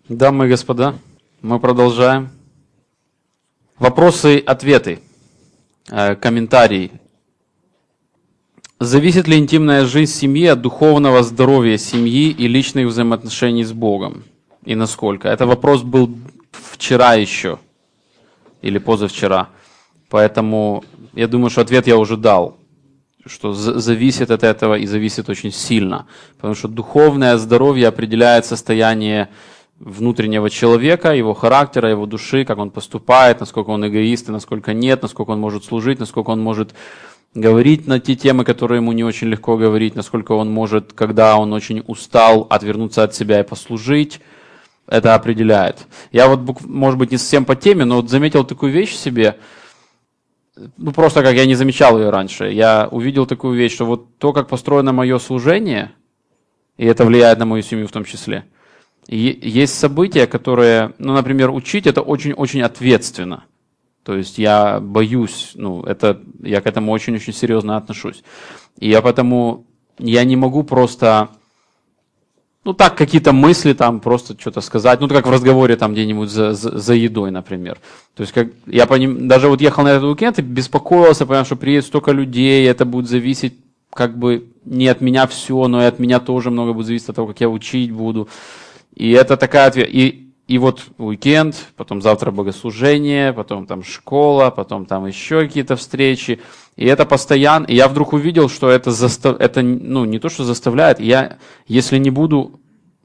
Дамы и господа, мы продолжаем. Вопросы, ответы, комментарии. Зависит ли интимная жизнь семьи от духовного здоровья семьи и личных взаимоотношений с Богом? И насколько? Это вопрос был вчера еще, или позавчера. Поэтому я думаю, что ответ я уже дал, что зависит от этого и зависит очень сильно. Потому что духовное здоровье определяет состояние внутреннего человека, его характера, его души, как он поступает, насколько он эгоист, и насколько нет, насколько он может служить, насколько он может говорить на те темы, которые ему не очень легко говорить, насколько он может, когда он очень устал, отвернуться от себя и послужить. Это определяет. Я вот, может быть, не совсем по теме, но вот заметил такую вещь в себе, просто как я не замечал ее раньше. Я увидел такую вещь, что вот то, как построено мое служение, и это влияет на мою семью в том числе, есть события, которые, например, учить это очень-очень ответственно. То есть я боюсь, я к этому очень-очень серьезно отношусь. И я не могу просто, так какие-то мысли там просто что-то сказать, как в разговоре там где-нибудь за едой, например. То есть даже вот ехал на этот уикенд и беспокоился, потому что приедет столько людей, это будет зависеть как бы не от меня все, но и от меня тоже много будет зависеть от того, как я учить буду. И это такая и вот уикенд, потом завтра богослужение, потом там школа, потом там еще какие-то встречи. И это постоянно. И я вдруг увидел, что это не то, что заставляет. Я, если не буду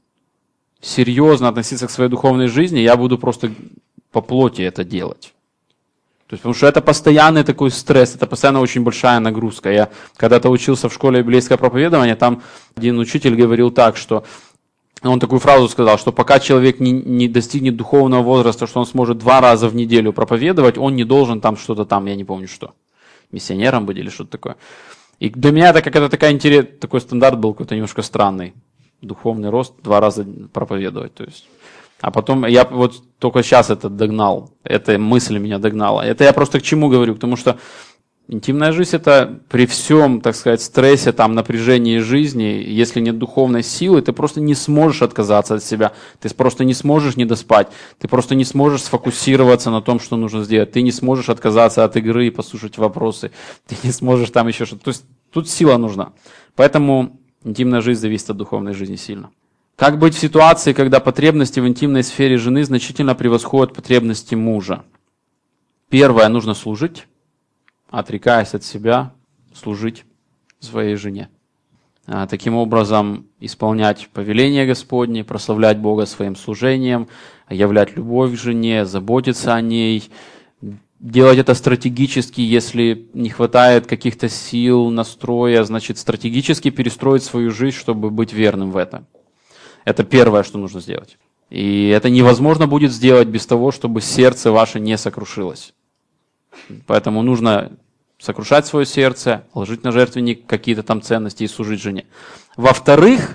серьезно относиться к своей духовной жизни, я буду просто по плоти это делать. То есть, потому что это постоянный такой стресс, это постоянно очень большая нагрузка. Я когда-то учился в школе библейского проповедования, там один учитель говорил так, что он такую фразу сказал, что пока человек не достигнет духовного возраста, что он сможет 2 раза в неделю проповедовать, он не должен там что-то там, я не помню что, миссионером быть или что-то такое. И для меня это какая-то такой стандарт был какой-то немножко странный. Духовный рост 2 раза проповедовать. То есть. А потом я вот только сейчас это догнал, эта мысль меня догнала. Это я просто к чему говорю, потому что интимная жизнь – это при всем, так сказать, стрессе, напряжении жизни, если нет духовной силы, ты просто не сможешь отказаться от себя, ты просто не сможешь не доспать, ты просто не сможешь сфокусироваться на том, что нужно сделать, ты не сможешь отказаться от игры и послушать вопросы, ты не сможешь там еще что-то. То есть тут сила нужна. Поэтому интимная жизнь зависит от духовной жизни сильно. Как быть в ситуации, когда потребности в интимной сфере жены значительно превосходят потребности мужа? Первое – нужно служить. Отрекаясь от себя, служить своей жене. Таким образом, исполнять повеления Господни, прославлять Бога своим служением, являть любовь к жене, заботиться о ней, делать это стратегически, если не хватает каких-то сил, настроя, значит, стратегически перестроить свою жизнь, чтобы быть верным в этом. Это первое, что нужно сделать. И это невозможно будет сделать без того, чтобы сердце ваше не сокрушилось. Поэтому нужно сокрушать свое сердце, ложить на жертвенник какие-то там ценности и служить жене. Во-вторых,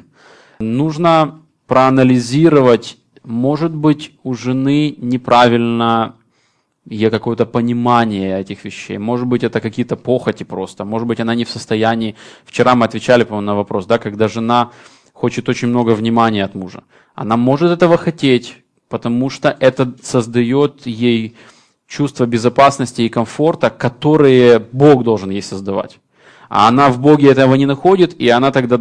нужно проанализировать, может быть, у жены неправильно какое-то понимание этих вещей, может быть, это какие-то похоти просто, может быть, она не в состоянии. Вчера мы отвечали, по-моему, на вопрос, когда жена хочет очень много внимания от мужа. Она может этого хотеть, потому что это создает ей чувство безопасности и комфорта, которые Бог должен ей создавать. А она в Боге этого не находит, и она тогда,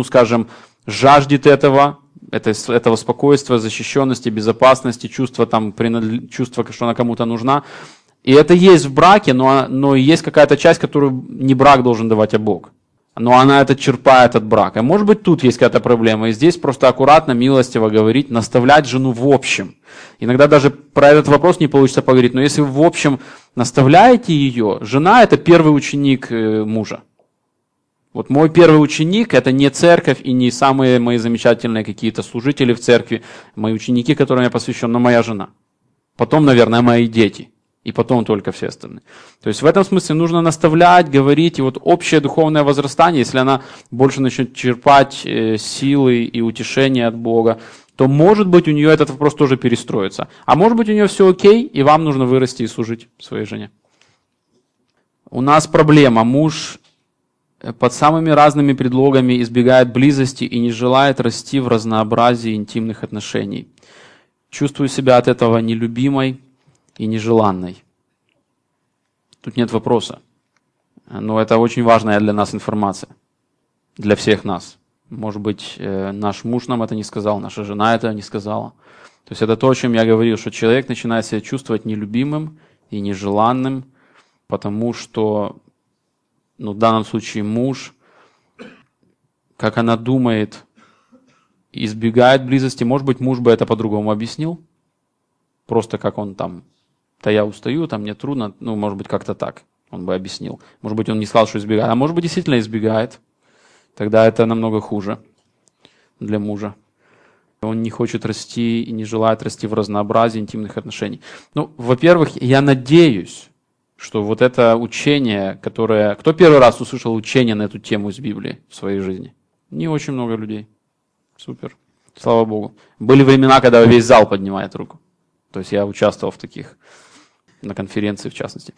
жаждет этого спокойствия, защищенности, безопасности, чувства, что она кому-то нужна. И это есть в браке, но есть какая-то часть, которую не брак должен давать, а Бог. Но она это черпает от брака. Может быть, тут есть какая-то проблема. И здесь просто аккуратно, милостиво говорить, наставлять жену в общем. Иногда даже про этот вопрос не получится поговорить. Но если вы в общем наставляете ее, жена – это первый ученик мужа. Вот мой первый ученик – это не церковь и не самые мои замечательные какие-то служители в церкви, мои ученики, которым я посвящен, но моя жена. Потом, наверное, мои дети. И потом только все остальные. То есть в этом смысле нужно наставлять, говорить. И вот общее духовное возрастание, если она больше начнет черпать силы и утешения от Бога, то, может быть, у нее этот вопрос тоже перестроится. А может быть, у нее все окей, и вам нужно вырасти и служить своей жене. У нас проблема. Муж под самыми разными предлогами избегает близости и не желает расти в разнообразии интимных отношений. чувствую себя от этого нелюбимой и нежеланной. Тут нет вопроса. Но это очень важная для нас информация. Для всех нас. Может быть, наш муж нам это не сказал, наша жена это не сказала. То есть это то, о чем я говорил, что человек начинает себя чувствовать нелюбимым и нежеланным, потому что, в данном случае муж, как она думает, избегает близости. Может быть, муж бы это по-другому объяснил. Просто как он там, я устаю, мне трудно, может быть, как-то так он бы объяснил. Может быть, он не сказал, что избегает, а может быть, действительно избегает. Тогда это намного хуже для мужа. Он не хочет расти и не желает расти в разнообразии интимных отношений. Во-первых, я надеюсь, что вот это учение, которое... Кто первый раз услышал учение на эту тему из Библии в своей жизни? Не очень много людей. Супер. Слава Богу. Были времена, когда весь зал поднимает руку. То есть я участвовал в таких, на конференции в частности.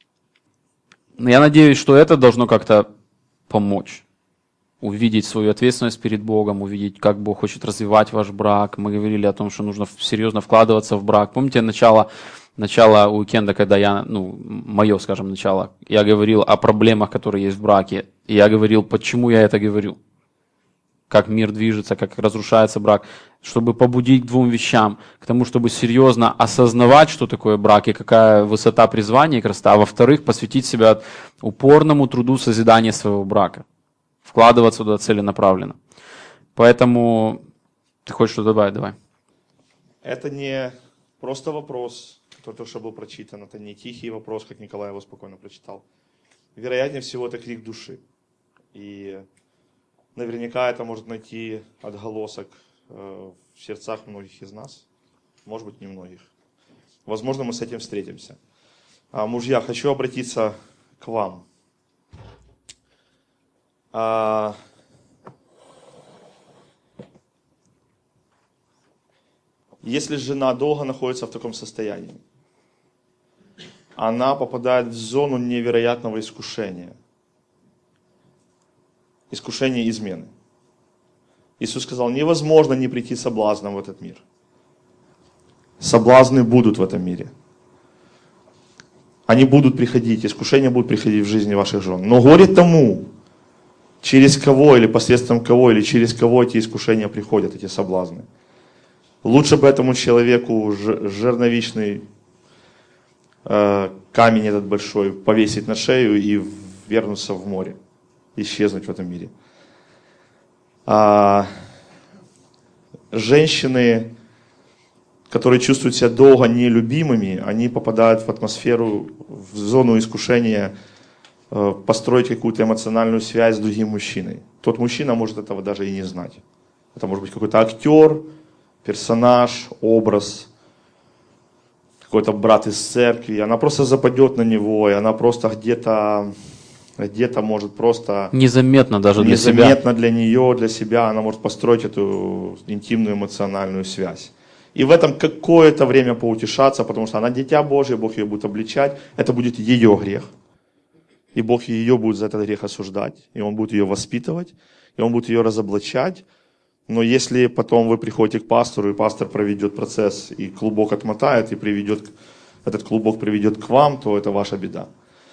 Но я надеюсь, что это должно как-то помочь. Увидеть свою ответственность перед Богом, увидеть, как Бог хочет развивать ваш брак. Мы говорили о том, что нужно серьезно вкладываться в брак. Помните начало уикенда, когда мое, скажем, начало, я говорил о проблемах, которые есть в браке. И я говорил, почему я это говорю. Как мир движется, как разрушается брак. Чтобы побудить к двум вещам. К тому, чтобы серьезно осознавать, что такое брак и какая высота призвания и красота. А во-вторых, посвятить себя упорному труду созидания своего брака. Вкладываться туда целенаправленно. Поэтому ты хочешь что-то добавить? Давай. Это не просто вопрос, который только что был прочитан. Это не тихий вопрос, как Николай его спокойно прочитал. Вероятнее всего, это крик души. И наверняка это может найти отголосок в сердцах многих из нас. Может быть, не многих. Возможно, мы с этим встретимся. Мужья, хочу обратиться к вам. Если жена долго находится в таком состоянии, она попадает в зону невероятного искушения. Искушение измены. Иисус сказал, невозможно не прийти соблазном в этот мир. Соблазны будут в этом мире. Они будут приходить, искушения будут приходить в жизни ваших жен. Но горе тому, через кого или посредством кого, или через кого эти искушения приходят, эти соблазны. Лучше бы этому человеку жерновичный камень этот большой повесить на шею и вернуться в море, исчезнуть в этом мире. Женщины, которые чувствуют себя долго нелюбимыми, они попадают в атмосферу, в зону искушения построить какую-то эмоциональную связь с другим мужчиной. Тот мужчина может этого даже и не знать. Это может быть какой-то актер, персонаж, образ, какой-то брат из церкви. Она просто западет на него, и она просто где-то может просто... Незаметно даже для себя. Незаметно для нее, для себя. Она может построить эту интимную эмоциональную связь. И в этом какое-то время поутешаться, потому что она дитя Божье, Бог ее будет обличать. Это будет ее грех. И Бог ее будет за этот грех осуждать. И Он будет ее воспитывать. И Он будет ее разоблачать. Но если потом вы приходите к пастору, и пастор проведет процесс, и клубок отмотает, и этот клубок приведет к вам, то это ваша беда.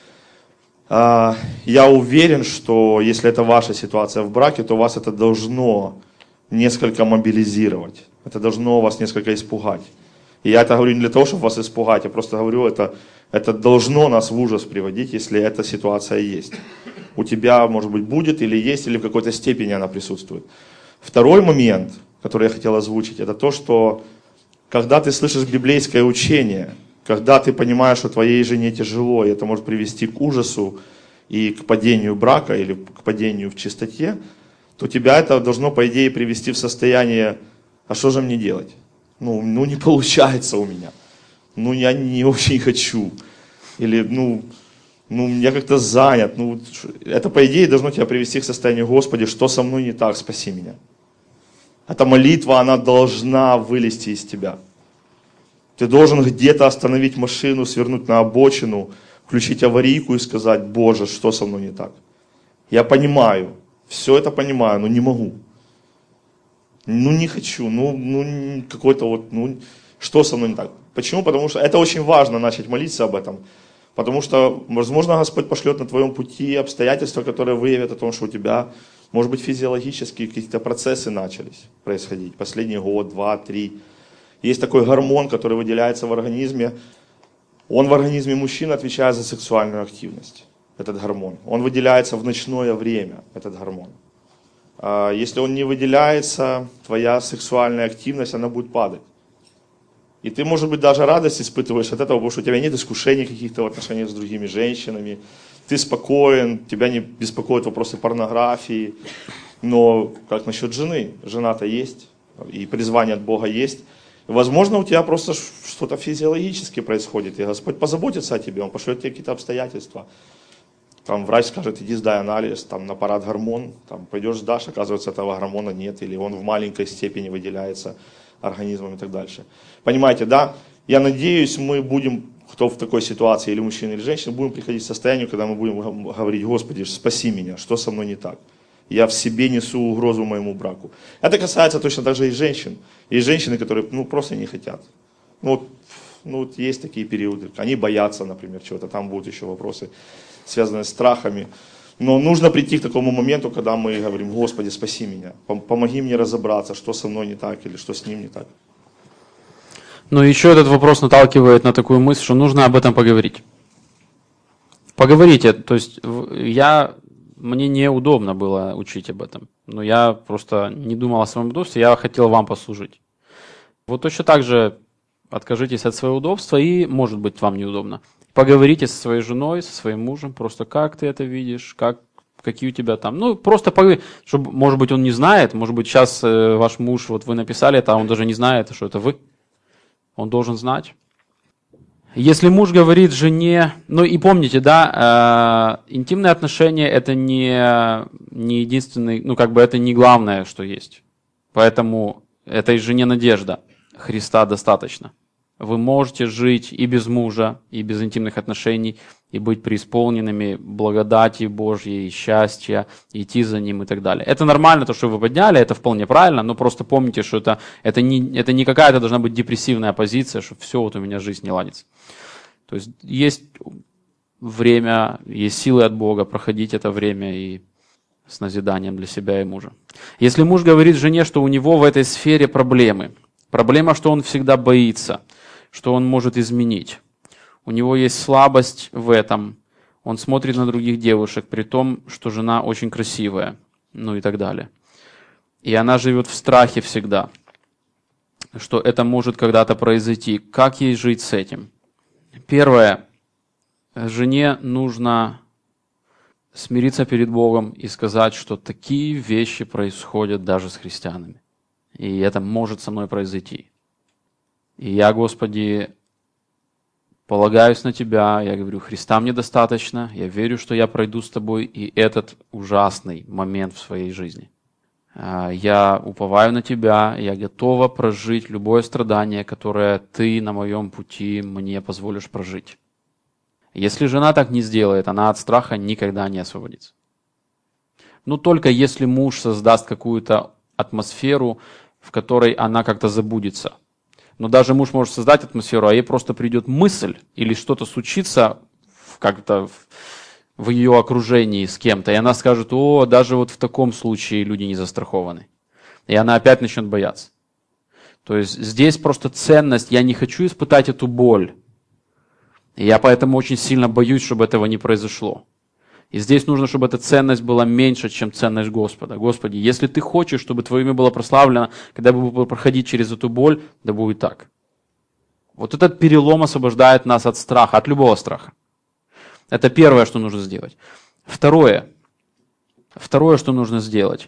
Я уверен, что если это ваша ситуация в браке, то вас это должно несколько мобилизировать. Это должно вас несколько испугать. И я это говорю не для того, чтобы вас испугать, я просто говорю, это должно нас в ужас приводить, если эта ситуация есть. У тебя, может быть, будет или есть, или в какой-то степени она присутствует. Второй момент, который я хотел озвучить, это то, что когда ты слышишь библейское учение, когда ты понимаешь, что твоей жене тяжело, и это может привести к ужасу и к падению брака или к падению в чистоте, то тебя это должно, по идее, привести в состояние, а что же мне делать? Ну не получается у меня. Я не очень хочу. Или, я как-то занят. Это, по идее, должно тебя привести к состоянию, Господи, что со мной не так, спаси меня. Эта молитва, она должна вылезти из тебя. Ты должен где-то остановить машину, свернуть на обочину, включить аварийку и сказать, Боже, что со мной не так. Я понимаю, все это понимаю, но не могу. Не хочу, какой-то Что со мной не так? Почему? Потому что это очень важно начать молиться об этом. Потому что, возможно, Господь пошлет на твоем пути обстоятельства, которые выявят о том, что у тебя, может быть, физиологические какие-то процессы начались происходить. Последний год, 2, 3. Есть такой гормон, который выделяется в организме. Он в организме мужчины отвечает за сексуальную активность, этот гормон. Он выделяется в ночное время, этот гормон. Если он не выделяется, твоя сексуальная активность, она будет падать. И ты, может быть, даже радость испытываешь от этого, потому что у тебя нет искушений каких-то в отношениях с другими женщинами. Ты спокоен, тебя не беспокоят вопросы порнографии. Но как насчет жены? Жена-то есть, и призвание от Бога есть. И, возможно, у тебя просто что-то физиологически происходит, и Господь позаботится о тебе, Он пошлет тебе какие-то обстоятельства. Там врач скажет, иди сдай анализ, там на парад гормон, там пойдешь сдашь, оказывается, этого гормона нет, или он в маленькой степени выделяется организмом и так дальше. Понимаете, да? Я надеюсь, мы будем, кто в такой ситуации, или мужчина, или женщина, будем приходить к состоянию, когда мы будем говорить, Господи, спаси меня, что со мной не так? Я в себе несу угрозу моему браку. Это касается точно так же и женщин. Есть женщины, которые просто не хотят. Вот есть такие периоды. Они боятся, например, чего-то. Там будут еще вопросы, связанные с страхами. Но нужно прийти к такому моменту, когда мы говорим, Господи, спаси меня. Помоги мне разобраться, что со мной не так или что с ним не так. Но еще этот вопрос наталкивает на такую мысль, что нужно об этом поговорить. Поговорите. То есть мне неудобно было учить об этом. Но я просто не думал о своем удобстве, я хотел вам послужить. Вот точно так же откажитесь от своего удобства, и может быть вам неудобно. Поговорите со своей женой, со своим мужем, просто как ты это видишь, какие у тебя там. Просто поговорить, чтобы, может быть, он не знает, может быть, сейчас ваш муж, вот вы написали это, а он даже не знает, что это вы. Он должен знать. Если муж говорит жене, и помните, да, интимные отношения это не единственный, это не главное, что есть. Поэтому этой жене надежда. Христа достаточно. Вы можете жить и без мужа, и без интимных отношений, и быть преисполненными благодати Божьей, счастья, идти за Ним и так далее. Это нормально, то, что вы подняли, это вполне правильно, но просто помните, что это не какая-то должна быть депрессивная позиция, что все, вот у меня жизнь не ладится. То есть время, есть силы от Бога проходить это время и с назиданием для себя и мужа. Если муж говорит жене, что у него в этой сфере проблемы, проблема, что он всегда боится, что он может изменить. У него есть слабость в этом. Он смотрит на других девушек, при том, что жена очень красивая, и так далее. И она живет в страхе всегда, что это может когда-то произойти. Как ей жить с этим? Первое. Жене нужно смириться перед Богом и сказать, что такие вещи происходят даже с христианами. И это может со мной произойти. И я, Господи, полагаюсь на Тебя, я говорю, Христа мне достаточно, я верю, что я пройду с Тобой и этот ужасный момент в своей жизни. Я уповаю на Тебя, я готова прожить любое страдание, которое Ты на моем пути мне позволишь прожить. Если жена так не сделает, она от страха никогда не освободится. Только если муж создаст какую-то атмосферу, в которой она как-то забудется. Но даже муж может создать атмосферу, а ей просто придет мысль или что-то случится как-то в ее окружении с кем-то, и она скажет, даже вот в таком случае люди не застрахованы. И она опять начнет бояться. То есть здесь просто ценность, я не хочу испытать эту боль. И я поэтому очень сильно боюсь, чтобы этого не произошло. И здесь нужно, чтобы эта ценность была меньше, чем ценность Господа. Господи, если Ты хочешь, чтобы Твое имя было прославлено, когда я буду проходить через эту боль, да будет так. Вот этот перелом освобождает нас от страха, от любого страха. Это первое, что нужно сделать. Второе, что нужно сделать.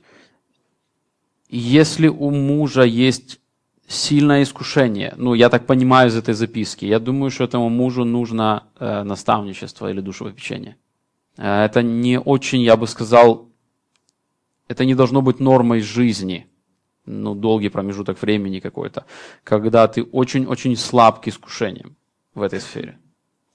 Если у мужа есть сильное искушение, я так понимаю из этой записки, я думаю, что этому мужу нужно наставничество или душепопечение. Это не очень, я бы сказал, это не должно быть нормой жизни, долгий промежуток времени какой-то, когда ты очень-очень слаб к искушениям в этой сфере.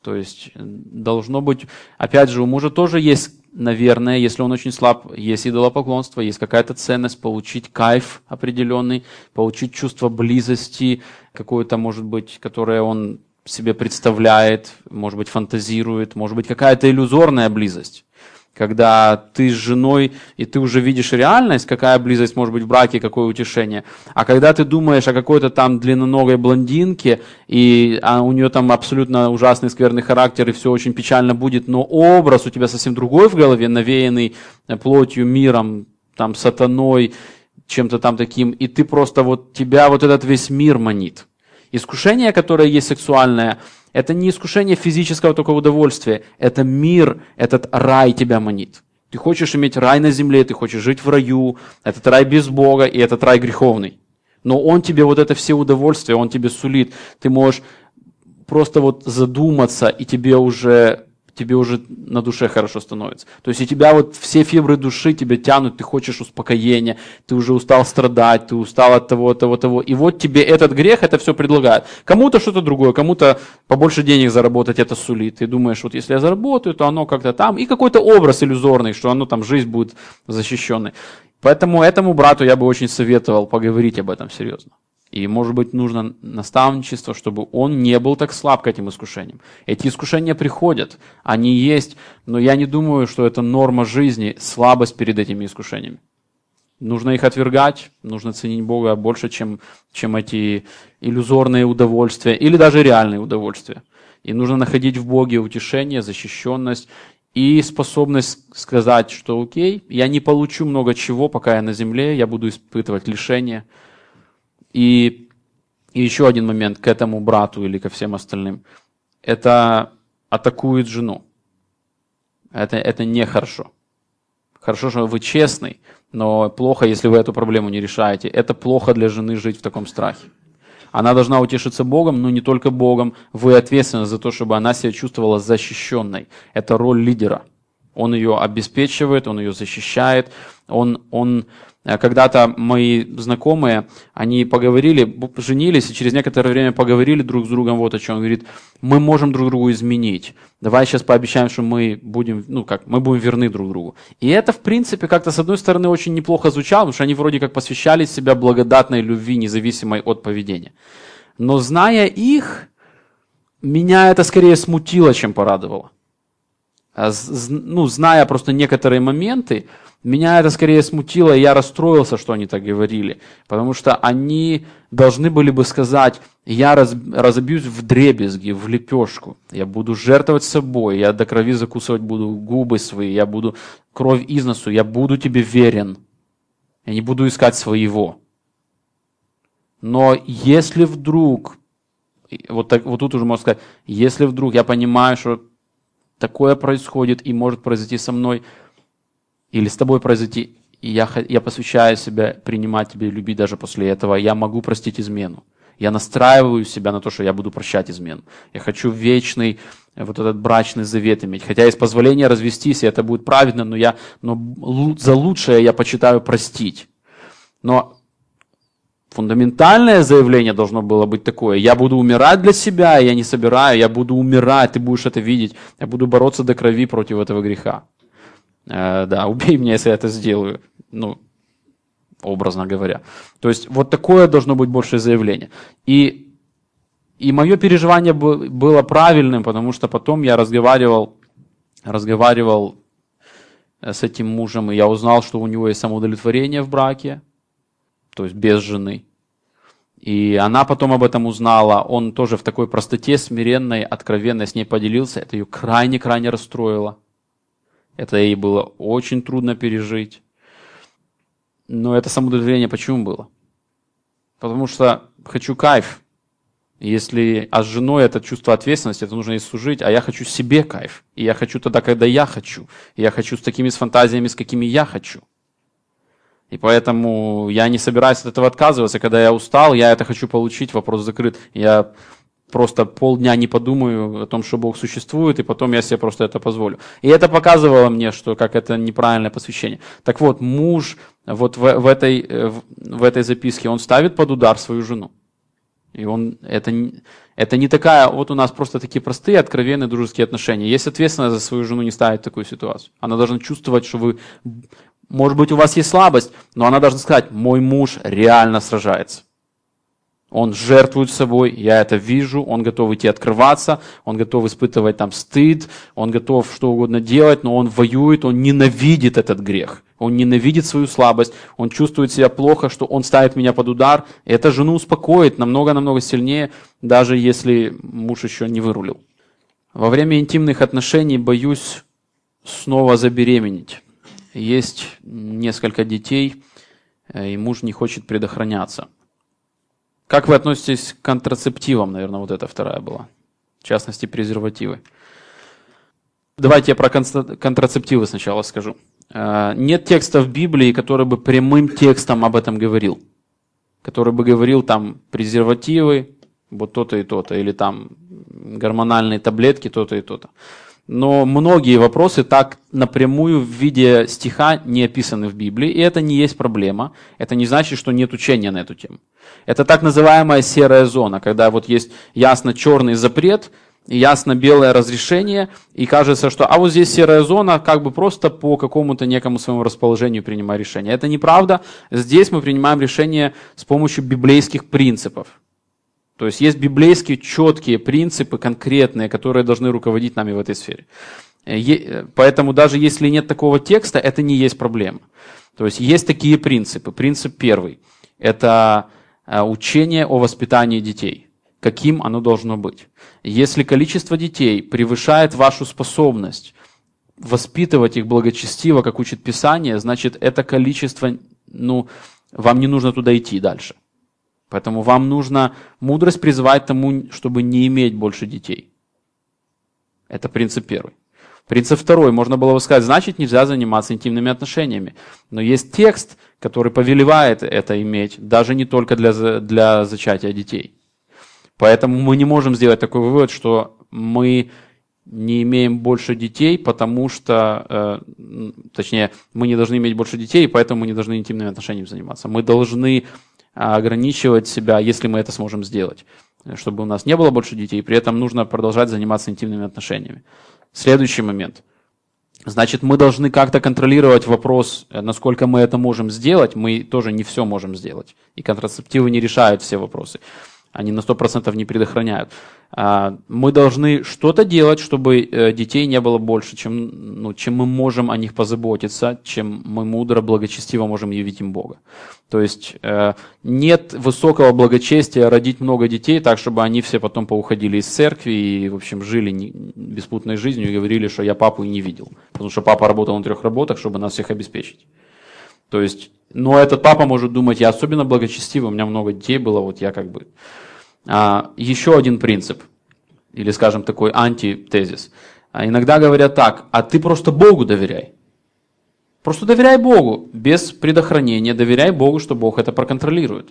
То есть должно быть, опять же, у мужа тоже есть, наверное, если он очень слаб, есть идолопоклонство, есть какая-то ценность, получить кайф определенный, получить чувство близости, какое-то, может быть, которое он себе представляет, может быть, фантазирует, может быть, какая-то иллюзорная близость. Когда ты с женой, и ты уже видишь реальность, какая близость может быть в браке, какое утешение. А когда ты думаешь о какой-то там длинноногой блондинке, и у нее там абсолютно ужасный скверный характер, и все очень печально будет, но образ у тебя совсем другой в голове, навеянный плотью, миром, там, сатаной, чем-то там таким, и ты просто вот, тебя вот этот весь мир манит. Искушение, которое есть сексуальное, это не искушение физического только удовольствия, это мир, этот рай тебя манит. Ты хочешь иметь рай на земле, ты хочешь жить в раю, этот рай без Бога, и этот рай греховный. Но он тебе вот это все удовольствие, он тебе сулит. Ты можешь просто вот задуматься, и тебе уже на душе хорошо становится. То есть у тебя вот все фибры души тебя тянут, ты хочешь успокоения, ты уже устал страдать, ты устал от того, того, того. И вот тебе этот грех это все предлагает. Кому-то что-то другое, кому-то побольше денег заработать это сулит. Ты думаешь, вот если я заработаю, то оно как-то там. И какой-то образ иллюзорный, что оно там, жизнь будет защищенной. Поэтому этому брату я бы очень советовал поговорить об этом серьезно. И, может быть, нужно наставничество, чтобы он не был так слаб к этим искушениям. Эти искушения приходят, они есть, но я не думаю, что это норма жизни, слабость перед этими искушениями. Нужно их отвергать, нужно ценить Бога больше, чем эти иллюзорные удовольствия или даже реальные удовольствия. И нужно находить в Боге утешение, защищенность и способность сказать, что окей, я не получу много чего, пока я на земле, я буду испытывать лишения. И еще один момент к этому брату или ко всем остальным. Это атакует жену. Это нехорошо. Хорошо, что вы честный, но плохо, если вы эту проблему не решаете. Это плохо для жены жить в таком страхе. Она должна утешиться Богом, но не только Богом. Вы ответственны за то, чтобы она себя чувствовала защищенной. Это роль лидера. Он ее обеспечивает, он ее защищает. Когда-то мои знакомые, они поговорили, женились, и через некоторое время поговорили друг с другом вот о чем. Он говорит, мы можем друг другу изменить. Давай сейчас пообещаем, что мы будем верны друг другу. И это, в принципе, как-то с одной стороны очень неплохо звучало, потому что они вроде как посвящали себя благодатной любви, независимой от поведения. Но зная их, меня это скорее смутило, чем порадовало. Зная просто некоторые моменты, меня это скорее смутило, и я расстроился, что они так говорили. Потому что они должны были бы сказать, я разобьюсь вдребезги, в лепешку, я буду жертвовать собой, я до крови закусывать буду губы свои, я буду кровь из носу, я буду тебе верен, я не буду искать своего. Но если вдруг, вот тут уже можно сказать, если вдруг я понимаю, что такое происходит и может произойти со мной, или с тобой произойти, и я посвящаю себя принимать тебя и любить даже после этого, я могу простить измену. Я настраиваю себя на то, что я буду прощать измену. Я хочу вечный вот этот брачный завет иметь. Хотя есть позволение развестись, и это будет правильно, но за лучшее я почитаю простить. Но фундаментальное заявление должно было быть такое. Я буду умирать для себя, я не собираю, я буду умирать, ты будешь это видеть. Я буду бороться до крови против этого греха. Да, убей меня, если я это сделаю. Образно говоря. То есть вот такое должно быть большее заявление. И мое переживание было правильным, потому что потом я разговаривал с этим мужем, и я узнал, что у него есть самоудовлетворение в браке, то есть без жены. И она потом об этом узнала, он тоже в такой простоте, смиренной, откровенной с ней поделился, это ее крайне-крайне расстроило. Это ей было очень трудно пережить. Но это самоудовлетворение почему было? Потому что хочу кайф. А с женой это чувство ответственности, это нужно и служить, а я хочу себе кайф. И я хочу тогда, когда я хочу. И я хочу с такими фантазиями, с какими я хочу. И поэтому я не собираюсь от этого отказываться. Когда я устал, я это хочу получить, вопрос закрыт. Я просто полдня не подумаю о том, что Бог существует, и потом я себе просто это позволю. И это показывало мне, что как это неправильное посвящение. Так вот, муж вот в этой записке, он ставит под удар свою жену. И это не такая, вот у нас просто такие простые, откровенные дружеские отношения. Есть ответственность за свою жену не ставить в такую ситуацию. Она должна чувствовать, что вы, может быть, у вас есть слабость, но она должна сказать, мой муж реально сражается. Он жертвует собой, я это вижу, он готов идти открываться, он готов испытывать там стыд, он готов что угодно делать, но он воюет, он ненавидит этот грех, он ненавидит свою слабость, он чувствует себя плохо, что он ставит меня под удар. И это жену успокоит намного-намного сильнее, даже если муж еще не вырулил. Во время интимных отношений боюсь снова забеременеть. Есть несколько детей, и муж не хочет предохраняться. Как вы относитесь к контрацептивам? Наверное, вот это вторая была. В частности, презервативы. Давайте я про контрацептивы сначала скажу. Нет текста в Библии, который бы прямым текстом об этом говорил. Который бы говорил там презервативы, вот то-то и то-то, или там гормональные таблетки, то-то и то-то. Но многие вопросы так напрямую в виде стиха не описаны в Библии, и это не есть проблема. Это не значит, что нет учения на эту тему. Это так называемая серая зона, когда вот есть ясно-черный запрет и ясно-белое разрешение, и кажется, что а вот здесь серая зона, как бы просто по какому-то некому своему расположению принимая решение. Это неправда. Здесь мы принимаем решение с помощью библейских принципов. То есть есть библейские четкие принципы, конкретные, которые должны руководить нами в этой сфере. Поэтому даже если нет такого текста, это не есть проблема. То есть есть такие принципы. Принцип первый – это учение о воспитании детей. Каким оно должно быть. Если количество детей превышает вашу способность воспитывать их благочестиво, как учит Писание, значит это количество, вам не нужно туда идти дальше. Поэтому вам нужно мудрость призывать тому, чтобы не иметь больше детей. Это принцип первый. Принцип второй. Можно было бы сказать, значит нельзя заниматься интимными отношениями. Но есть текст, который повелевает это иметь, даже не только для зачатия детей. Поэтому мы не можем сделать такой вывод, что мы не имеем больше детей, потому что, точнее, мы не должны иметь больше детей, и поэтому мы не должны интимными отношениями заниматься. Мы должны ограничивать себя, если мы это сможем сделать, чтобы у нас не было больше детей, при этом нужно продолжать заниматься интимными отношениями. Следующий момент. Значит, мы должны как-то контролировать вопрос, насколько мы это можем сделать. Мы тоже не все можем сделать. И контрацептивы не решают все вопросы. Они на 100% не предохраняют. Мы должны что-то делать, чтобы детей не было больше, чем мы можем о них позаботиться, чем мы мудро, благочестиво можем явить им Бога. То есть нет высокого благочестия родить много детей так, чтобы они все потом поуходили из церкви и, в общем, жили беспутной жизнью и говорили, что я папу и не видел. Потому что папа работал на 3 работах, чтобы нас всех обеспечить. То есть, но этот папа может думать, я особенно благочестивый, у меня много детей было, вот я как бы... Еще один принцип, или, скажем, такой антитезис. Иногда говорят так, а ты просто Богу доверяй. Просто доверяй Богу, без предохранения, доверяй Богу, что Бог это проконтролирует.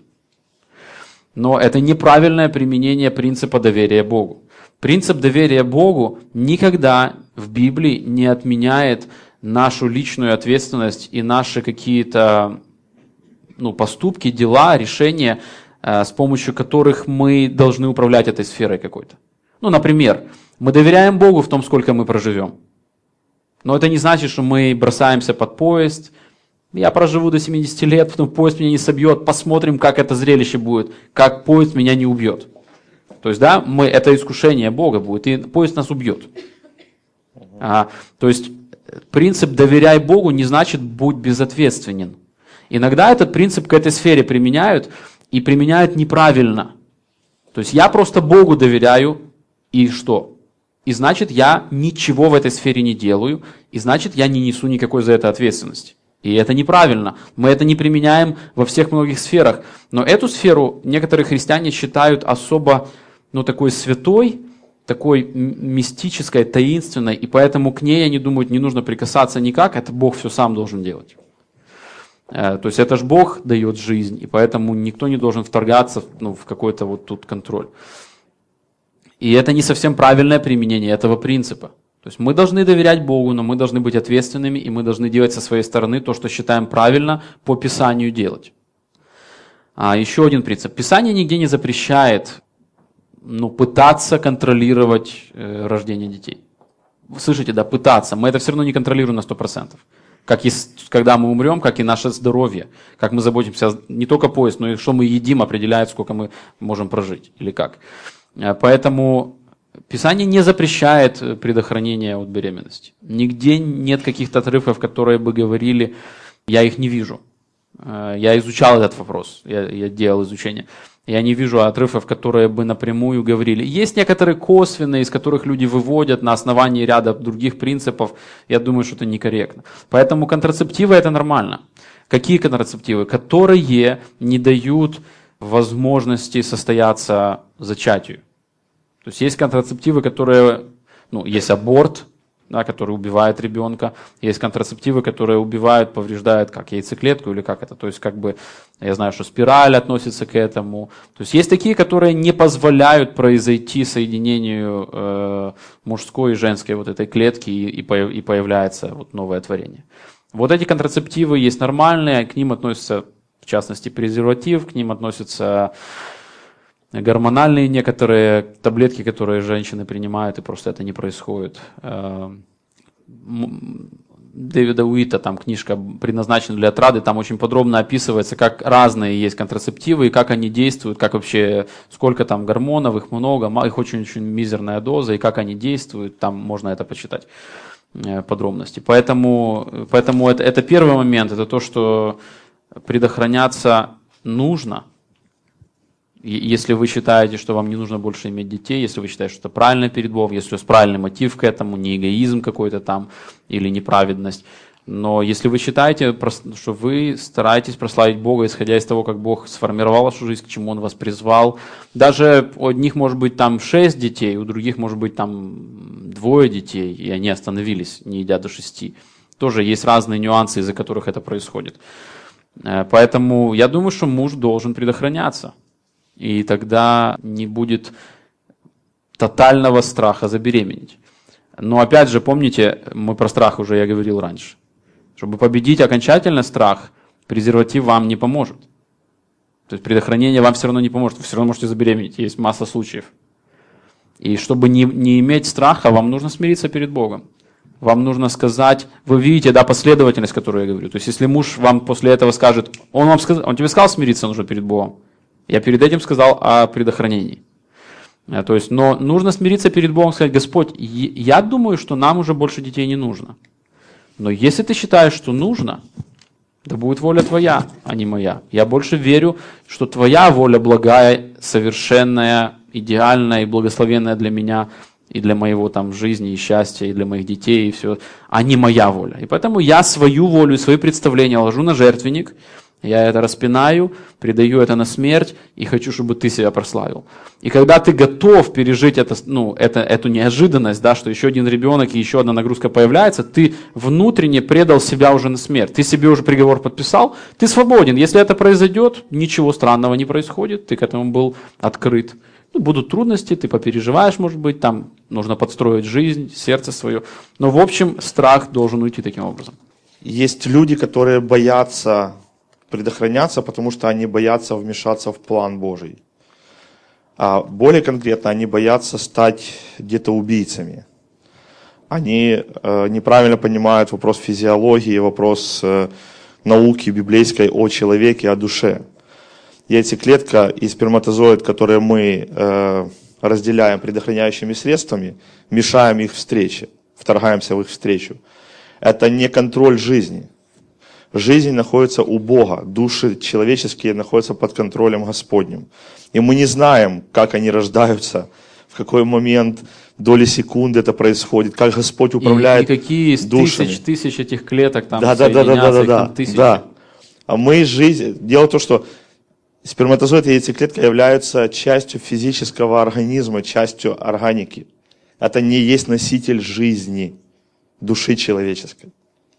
Но это неправильное применение принципа доверия Богу. Принцип доверия Богу никогда в Библии не отменяет нашу личную ответственность и наши какие-то поступки, дела, решения, с помощью которых мы должны управлять этой сферой какой-то. Например, мы доверяем Богу в том, сколько мы проживем. Но это не значит, что мы бросаемся под поезд. Я проживу до 70 лет, потом поезд меня не собьет. Посмотрим, как это зрелище будет, как поезд меня не убьет. То есть, это искушение Бога будет, и поезд нас убьет. То есть, принцип «доверяй Богу» не значит «будь безответственен». Иногда этот принцип к этой сфере применяют, и применяют неправильно. То есть я просто Богу доверяю, и что? И значит, я ничего в этой сфере не делаю, и значит, я не несу никакой за это ответственности. И это неправильно. Мы это не применяем во всех многих сферах. Но эту сферу некоторые христиане считают особо, такой святой, такой мистической, таинственной, и поэтому к ней, они думают, не нужно прикасаться никак, это Бог все сам должен делать. То есть это же Бог дает жизнь, и поэтому никто не должен вторгаться в какой-то вот тут контроль. И это не совсем правильное применение этого принципа. То есть мы должны доверять Богу, но мы должны быть ответственными, и мы должны делать со своей стороны то, что считаем правильно по Писанию делать. Еще один принцип. Писание нигде не запрещает пытаться контролировать рождение детей. Вы слышите, да, пытаться. Мы это все равно не контролируем на 100%. Как и когда мы умрем, как и наше здоровье. Как мы заботимся, не только поезд, но и что мы едим, определяет, сколько мы можем прожить. Или как. Поэтому Писание не запрещает предохранение от беременности. Нигде нет каких-то отрывков, которые бы говорили, я их не вижу. Я изучал этот вопрос, я делал изучение. Я не вижу отрывков, которые бы напрямую говорили. Есть некоторые косвенные, из которых люди выводят на основании ряда других принципов. Я думаю, что это некорректно. Поэтому контрацептивы это нормально. Какие контрацептивы? Которые не дают возможности состояться зачатию. То есть контрацептивы, которые, есть аборт, да, который убивает ребенка, есть контрацептивы, которые убивают, повреждают как яйцеклетку или как это, то есть я знаю, что спираль относится к этому. То есть такие, которые не позволяют произойти соединению мужской и женской вот этой клетки и появляется новое творение. Вот эти контрацептивы есть нормальные, к ним относятся в частности презерватив, к ним относятся гормональные некоторые таблетки, которые женщины принимают, и просто это не происходит. Дэвида Уита, там книжка предназначена для отрады, там очень подробно описывается, как разные есть контрацептивы, и как они действуют, как вообще, сколько там гормонов, их много, их очень-очень мизерная доза, и как они действуют, там можно это почитать, подробности. Поэтому это первый момент, это то, что предохраняться нужно. Если вы считаете, что вам не нужно больше иметь детей, если вы считаете, что это правильно перед Богом, если у вас правильный мотив к этому, не эгоизм какой-то там или неправедность, но если вы считаете, что вы стараетесь прославить Бога, исходя из того, как Бог сформировал вашу жизнь, к чему Он вас призвал, даже у одних может быть там 6 детей, у других может быть там 2 детей, и они остановились, не идя до 6. Тоже есть разные нюансы, из-за которых это происходит. Поэтому я думаю, что муж должен предохраняться. И тогда не будет тотального страха забеременеть. Но опять же, помните, мы про страх уже я говорил раньше. Чтобы победить окончательно страх, презерватив вам не поможет. То есть предохранение вам все равно не поможет. Вы все равно можете забеременеть. Есть масса случаев. И чтобы не иметь страха, вам нужно смириться перед Богом. Вам нужно сказать, вы видите, да, последовательность, которую я говорю. То есть если муж вам после этого скажет, он тебе сказал смириться нужно перед Богом. Я перед этим сказал о предохранении. То есть, но нужно смириться перед Богом и сказать, Господь, я думаю, что нам уже больше детей не нужно. Но если ты считаешь, что нужно, да будет воля твоя, а не моя. Я больше верю, что твоя воля благая, совершенная, идеальная и благословенная для меня и для моего там жизни и счастья, и для моих детей, и все, а не моя воля. И поэтому я свою волю, свои представления ложу на жертвенник, я это распинаю, предаю это на смерть и хочу, чтобы ты себя прославил. И когда ты готов пережить эту неожиданность, да, что еще один ребенок и еще одна нагрузка появляется, ты внутренне предал себя уже на смерть. Ты себе уже приговор подписал, ты свободен. Если это произойдет, ничего странного не происходит, ты к этому был открыт. Будут трудности, ты попереживаешь, может быть, там нужно подстроить жизнь, сердце свое. Но в общем, страх должен уйти таким образом. Есть люди, которые боятся предохраняться, потому что они боятся вмешаться в план Божий. А более конкретно, они боятся стать где-то убийцами. Они неправильно понимают вопрос физиологии, вопрос науки библейской о человеке, о душе. Яйцеклетка и сперматозоид, которые мы разделяем предохраняющими средствами, мешаем их встрече, вторгаемся в их встречу. Это не контроль жизни. Жизнь находится у Бога, души человеческие находятся под контролем Господним. И мы не знаем, как они рождаются, в какой момент, доли секунды это происходит, как Господь управляет душами. И какие из тысяч этих клеток там соединятся, тысячи. Да. А мы жизнь... Дело в том, что сперматозоид и яйцеклетка являются частью физического организма, частью органики. Это не есть носитель жизни, души человеческой.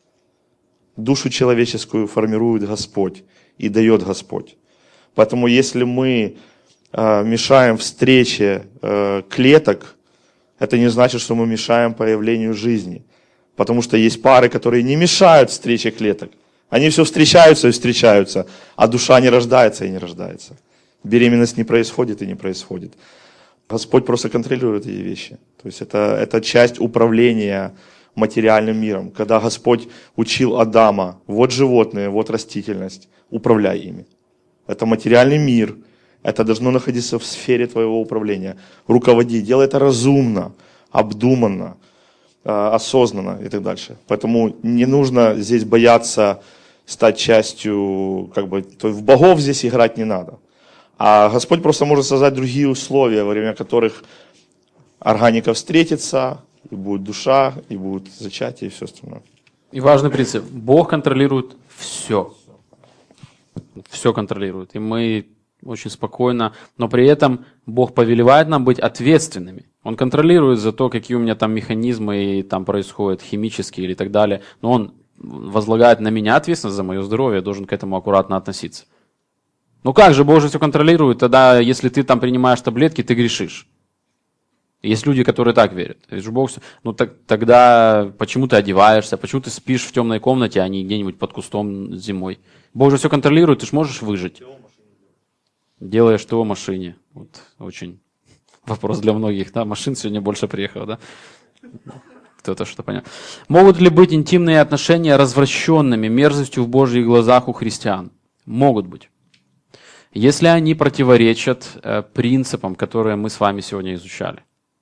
Душу человеческую формирует Господь и дает Господь. Поэтому если мы мешаем встрече клеток, это не значит, что мы мешаем появлению жизни. Потому что есть пары, которые не мешают встрече клеток. Они все встречаются и встречаются, а душа не рождается и не рождается. Беременность не происходит и не происходит. Господь просто контролирует эти вещи. То есть это часть управления материальным миром. Когда Господь учил Адама, вот животные, вот растительность, управляй ими. Это материальный мир, это должно находиться в сфере твоего управления. Руководи, делай это разумно, обдуманно, осознанно и так дальше. Поэтому не нужно здесь бояться стать частью, то есть в богов здесь играть не надо. А Господь просто может создать другие условия, во время которых органика встретится, и будет душа, и будет зачатие, и все остальное. И важный принцип. Бог контролирует все. Все контролирует. И мы очень спокойно, но при этом Бог повелевает нам быть ответственными. Он контролирует за то, какие у меня там механизмы и там происходят химические или так далее. Но Он возлагает на меня ответственность за мое здоровье, я должен к этому аккуратно относиться. Ну как же, Бог же все контролирует, тогда если ты там принимаешь таблетки, ты грешишь. Есть люди, которые так верят. Бог, ну тогда почему ты одеваешься, почему ты спишь в темной комнате, а не где-нибудь под кустом зимой? Бог же все контролирует, ты же можешь выжить. Делаешь что в машине? Вот очень вопрос для многих. Да? Машин сегодня больше приехало, да? Кто-то что-то понял. Могут ли быть интимные отношения развращенными, мерзостью в Божьих глазах у христиан? Могут быть. Если они противоречат принципам, которые мы с вами сегодня изучали.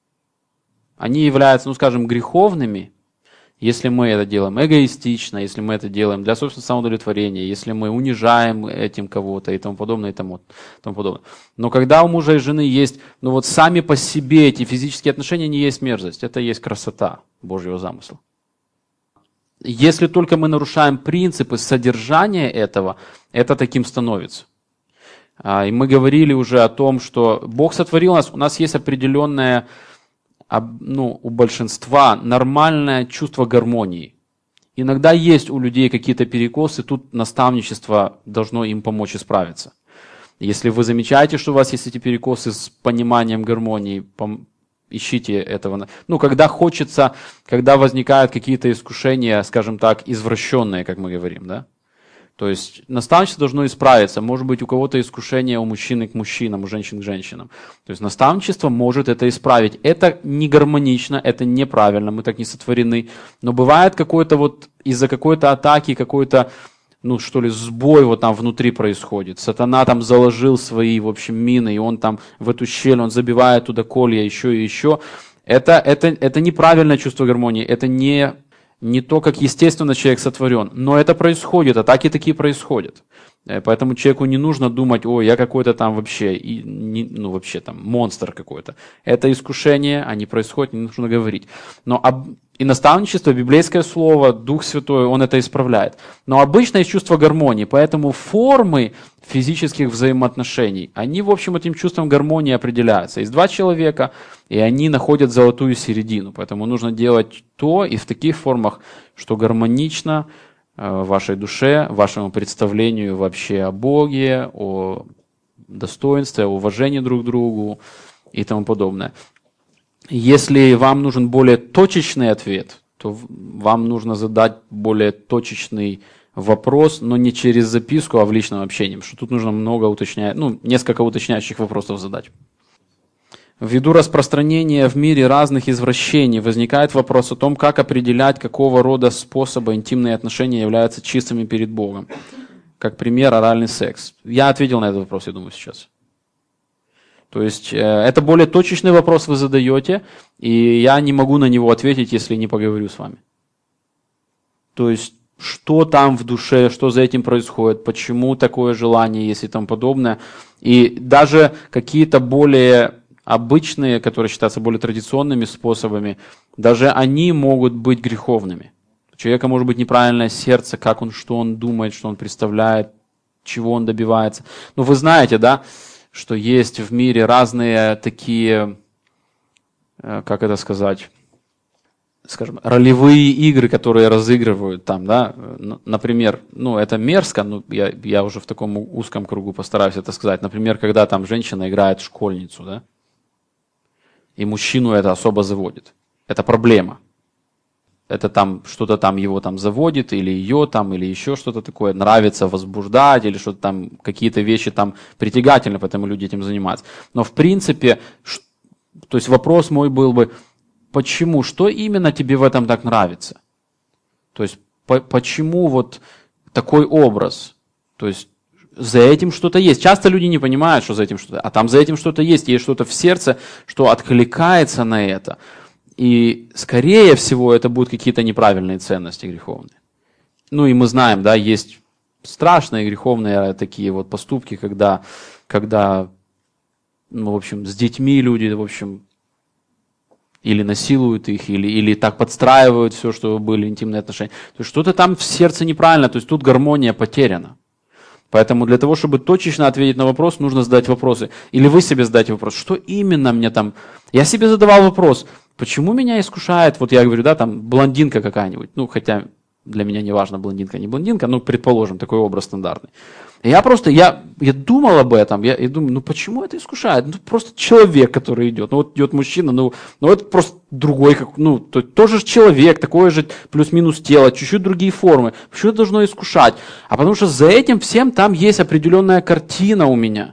Они являются, ну скажем, греховными, если мы это делаем эгоистично, если мы это делаем для собственного самоудовлетворения, если мы унижаем этим кого-то и тому подобное, и тому подобное. Но когда у мужа и жены есть, ну вот сами по себе эти физические отношения не есть мерзость, это есть красота Божьего замысла. Если только мы нарушаем принципы содержания этого, это таким становится. И мы говорили уже о том, что Бог сотворил нас, у нас есть определенное, у большинства нормальное чувство гармонии. Иногда есть у людей какие-то перекосы, тут наставничество должно им помочь исправиться. Если вы замечаете, что у вас есть эти перекосы с пониманием гармонии, ищите этого. Ну, когда хочется, когда возникают какие-то искушения, скажем так, извращенные, как мы говорим, да? То есть наставничество должно исправиться. Может быть, у кого-то искушение у мужчины к мужчинам, у женщин к женщинам. То есть наставничество может это исправить. Это не гармонично, это неправильно, мы так не сотворены. Но бывает какой-то вот из-за какой-то атаки, какой-то, сбой вот там внутри происходит. Сатана там заложил свои, в общем, мины, и он там в эту щель, он забивает туда колья еще и еще. Это неправильное чувство гармонии, это не то, как естественно человек сотворен, но это происходит, атаки такие происходят. Поэтому человеку не нужно думать, я какой-то там вообще, вообще там монстр какой-то. Это искушение, они происходят, не нужно говорить. И наставничество, библейское слово, Дух Святой, он это исправляет. Но обычно есть чувство гармонии, поэтому формы физических взаимоотношений, они, в общем, этим чувством гармонии определяются. Есть два человека, и они находят золотую середину. Поэтому нужно делать то и в таких формах, что гармонично вашей душе, вашему представлению вообще о Боге, о достоинстве, о уважении друг к другу и тому подобное. Если вам нужен более точечный ответ, то вам нужно задать более точечный вопрос, но не через записку, а в личном общении, потому что тут нужно несколько уточняющих вопросов задать. Ввиду распространения в мире разных извращений возникает вопрос о том, как определять, какого рода способа интимные отношения являются чистыми перед Богом. Как пример, оральный секс. Я ответил на этот вопрос, я думаю, сейчас. То есть это более точечный вопрос вы задаете, и я не могу на него ответить, если не поговорю с вами. То есть что там в душе, что за этим происходит, почему такое желание есть и тому подобное. И даже какие-то более обычные, которые считаются более традиционными способами, даже они могут быть греховными. У человека может быть неправильное сердце, что он думает, что он представляет, чего он добивается. Но вы знаете, да, что есть в мире разные такие, как это сказать, скажем, ролевые игры, которые разыгрывают там, да, например, это мерзко, я уже в таком узком кругу постараюсь это сказать, например, когда там женщина играет школьницу, да, и мужчину это особо заводит. Это проблема. это там что-то там его там заводит, или ее там, или еще что-то такое, нравится возбуждать, или что-то там, какие-то вещи там притягательны, поэтому люди этим занимаются. Но в принципе, то есть вопрос мой был бы, почему, что именно тебе в этом так нравится? То есть почему вот такой образ? То есть за этим что-то есть. Часто люди не понимают, что за этим что-то, а там за этим что-то есть что-то в сердце, что откликается на это. И, скорее всего, это будут какие-то неправильные ценности греховные. Ну, и мы знаем, да, есть страшные греховные такие вот поступки, когда ну, в общем, с детьми люди, в общем, или насилуют их, или так подстраивают все, чтобы были интимные отношения. То есть что-то там в сердце неправильно, то есть тут гармония потеряна. Поэтому для того, чтобы точечно ответить на вопрос, нужно задать вопросы. Или вы себе задайте вопрос, что именно мне там... Я себе задавал вопрос, почему меня искушает, вот я говорю, да, там блондинка какая-нибудь, ну, хотя для меня не важно, блондинка, не блондинка, ну, предположим, такой образ стандартный. Я думал об этом, я думаю, ну, почему это искушает? Ну, просто человек, который идет, ну, вот идет мужчина, ну это просто другой, тоже человек, такое же плюс-минус тело, чуть-чуть другие формы. Почему это должно искушать? А потому что за этим всем там есть определенная картина у меня,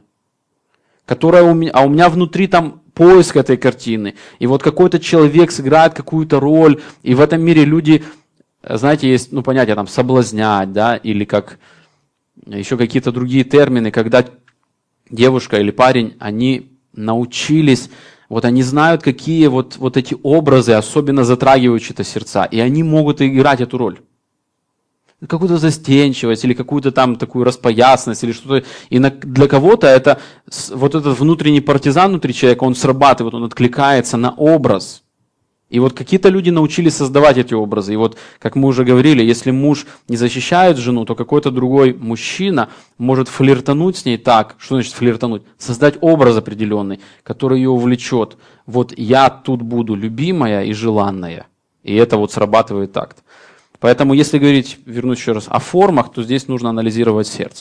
у меня внутри там поиск этой картины. И вот какой-то человек сыграет какую-то роль, и в этом мире люди, знаете, есть, ну, понятие там соблазнять, да, или как еще какие-то другие термины, когда девушка или парень, они научились, вот они знают, какие вот эти образы особенно затрагивают чьи-то сердца, и они могут играть эту роль. Какую-то застенчивость или какую-то там такую распоясность или что-то. И для кого-то это вот этот внутренний партизан внутри человека, он срабатывает, он откликается на образ. И вот какие-то люди научились создавать эти образы. И вот, как мы уже говорили, если муж не защищает жену, то какой-то другой мужчина может флиртануть с ней так. Что значит флиртануть? Создать образ определенный, который ее увлечет. Вот я тут буду любимая и желанная. И это вот срабатывает так. Поэтому, если говорить, вернусь еще раз, о формах, то здесь нужно анализировать сердце.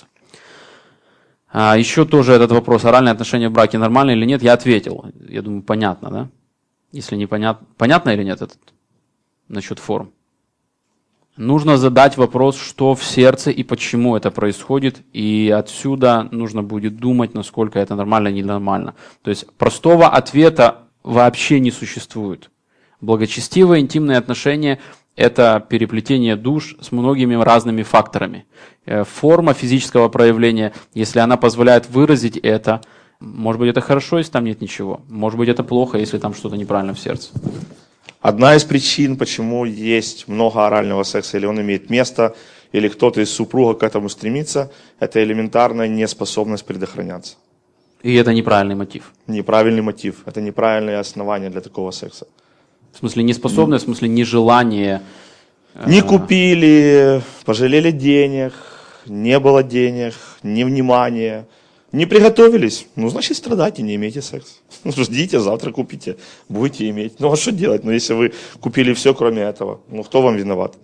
Еще тоже этот вопрос, оральные отношения в браке нормально или нет, я ответил. Я думаю, понятно, да? Если не понятно, понятно или нет насчет форм? Нужно задать вопрос, что в сердце и почему это происходит, и отсюда нужно будет думать, насколько это нормально или ненормально. То есть простого ответа вообще не существует. Благочестивые интимные отношения – это переплетение душ с многими разными факторами. Форма физического проявления, если она позволяет выразить это, может быть, это хорошо, если там нет ничего. Может быть, это плохо, если там что-то неправильно в сердце. Одна из причин, почему есть много орального секса, или он имеет место, или кто-то из супругов к этому стремится, это элементарная неспособность предохраняться. И это неправильный мотив. Неправильный мотив. Это неправильное основание для такого секса. В смысле неспособность, в смысле нежелание. Не купили, пожалели денег, не было денег, невнимания. Не приготовились, ну, значит, страдайте, не имейте секс. Ждите, завтра купите, будете иметь. Ну, а что делать, если вы купили все, кроме этого? Ну, кто вам виноват?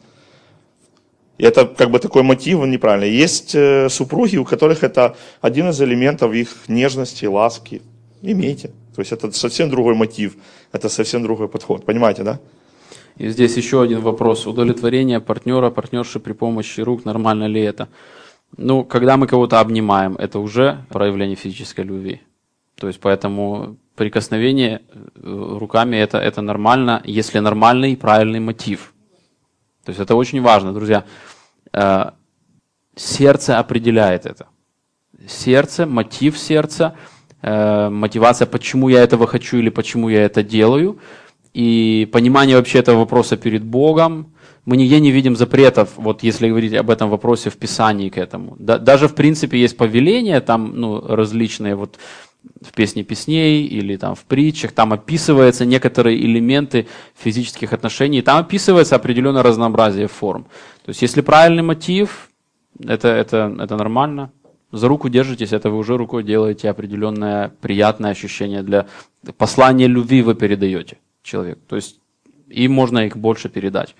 И это как бы такой мотив, он неправильный. Есть супруги, у которых это один из элементов их нежности, ласки. Имейте. То есть это совсем другой мотив, это совсем другой подход. Понимаете, да? И здесь еще один вопрос. Удовлетворение партнера, партнерши при помощи рук, нормально ли это? Ну, когда мы кого-то обнимаем, это уже проявление физической любви. То есть, поэтому прикосновение руками это нормально, если нормальный и правильный мотив. То есть, это очень важно, друзья. Сердце определяет это. Сердце, мотив сердца, мотивация, почему я этого хочу или почему я это делаю, и понимание вообще этого вопроса перед Богом. Мы нигде не видим запретов, вот если говорить об этом вопросе в Писании к этому. Даже в принципе есть повеления там, различные, вот в Песне песней или там в притчах, там описываются некоторые элементы физических отношений, там описывается определенное разнообразие форм. То есть если правильный мотив, это нормально. За руку держитесь, это вы уже рукой делаете определенное приятное ощущение для послания любви вы передаете человеку. То есть и можно их больше передать.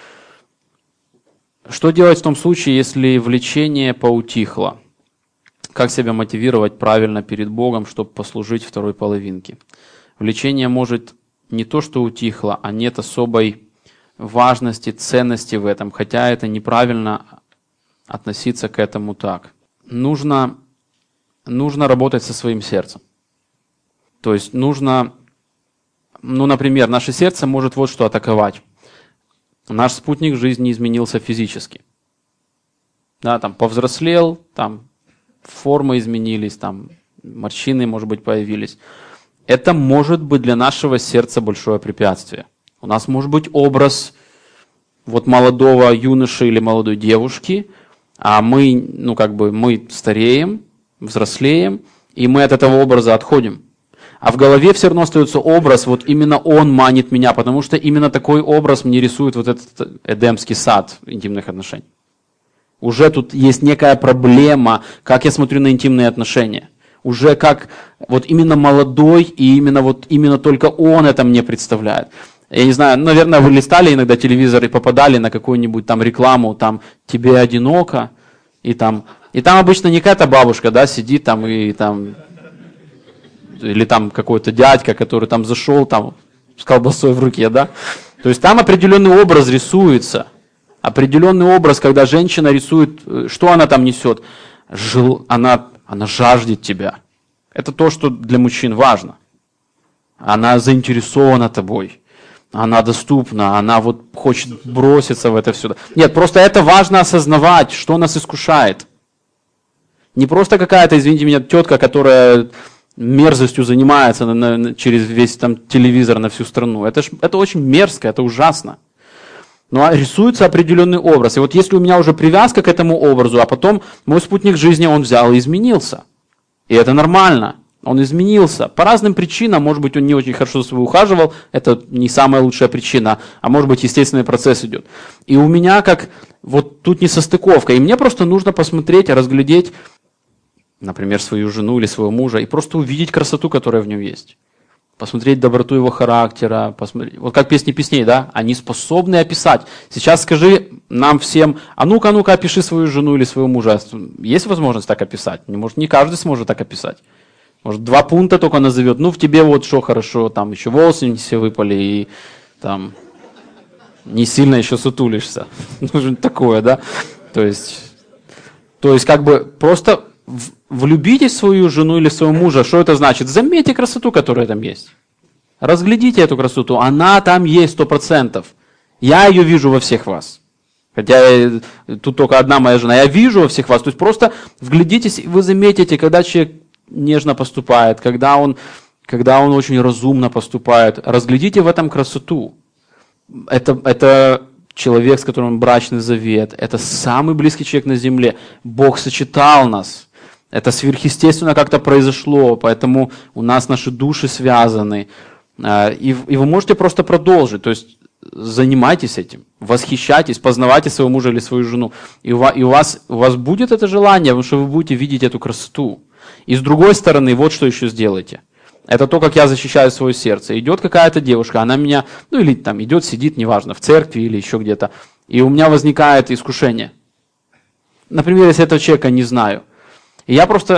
Что делать в том случае, если влечение поутихло? Как себя мотивировать правильно перед Богом, чтобы послужить второй половинке? Влечение может не то, что утихло, а нет особой важности, ценности в этом, хотя это неправильно относиться к этому так. Нужно работать со своим сердцем. То есть нужно, например, наше сердце может вот что атаковать. Наш спутник жизни изменился физически. Да, там повзрослел, там формы изменились, там морщины, может быть, появились. Это может быть для нашего сердца большое препятствие. У нас может быть образ вот молодого юноши или молодой девушки, а мы, мы стареем, взрослеем, и мы от этого образа отходим. А в голове все равно остается образ, вот именно он манит меня, потому что именно такой образ мне рисует вот этот эдемский сад интимных отношений. Уже тут есть некая проблема, как я смотрю на интимные отношения. Уже как вот именно молодой, и именно только он это мне представляет. Я не знаю, наверное, вы листали иногда телевизор и попадали на какую-нибудь там рекламу, там «Тебе одиноко», и там обычно не какая-то бабушка, да, сидит там и там, или там какой-то дядька, который там зашел там с колбасой в руке, да. То есть там определенный образ рисуется. Определенный образ, когда женщина рисует, что она там несет? Она жаждет тебя. Это то, что для мужчин важно. Она заинтересована тобой. Она доступна, она вот хочет броситься в это все. Нет, просто это важно осознавать, что нас искушает. Не просто какая-то, извините меня, тетка, которая мерзостью занимается через весь там телевизор на всю страну. Это очень мерзко, это ужасно. Но рисуется определенный образ. И вот если у меня уже привязка к этому образу, а потом мой спутник жизни, он взял и изменился. И это нормально. Он изменился. По разным причинам, может быть, он не очень хорошо за собой ухаживал, это не самая лучшая причина, а может быть, естественный процесс идет. И у меня как вот тут несостыковка. И мне просто нужно посмотреть, разглядеть, например, свою жену или своего мужа, и просто увидеть красоту, которая в нем есть. Посмотреть доброту его характера, посмотреть. Вот как песни песней, да, они способны описать. Сейчас скажи нам всем, а ну-ка, опиши свою жену или своего мужа. Есть возможность так описать? Может, не каждый сможет так описать. Может, 2 пункта только назовет. В тебе вот что хорошо, там еще волосы не все выпали, и там не сильно еще сутулишься. Такое, да? То есть как бы просто влюбитесь в свою жену или своего мужа. Что это значит? Заметьте красоту, которая там есть. Разглядите эту красоту. Она там есть 100%. Я ее вижу во всех вас. Хотя тут только одна моя жена. Я вижу во всех вас. То есть просто вглядитесь, и вы заметите, когда человек нежно поступает, когда он очень разумно поступает. Разглядите в этом красоту. Это человек, с которым брачный завет. Это самый близкий человек на земле. Бог сочетал нас. Это сверхъестественно как-то произошло, поэтому у нас наши души связаны. И вы можете просто продолжить. То есть занимайтесь этим, восхищайтесь, познавайте своего мужа или свою жену. И у вас будет это желание, потому что вы будете видеть эту красоту. И с другой стороны, вот что еще сделайте. Это то, как я защищаю свое сердце. Идет какая-то девушка, она меня, или там идет, сидит, неважно, в церкви или еще где-то, и у меня возникает искушение. Например, если этого человека не знаю. И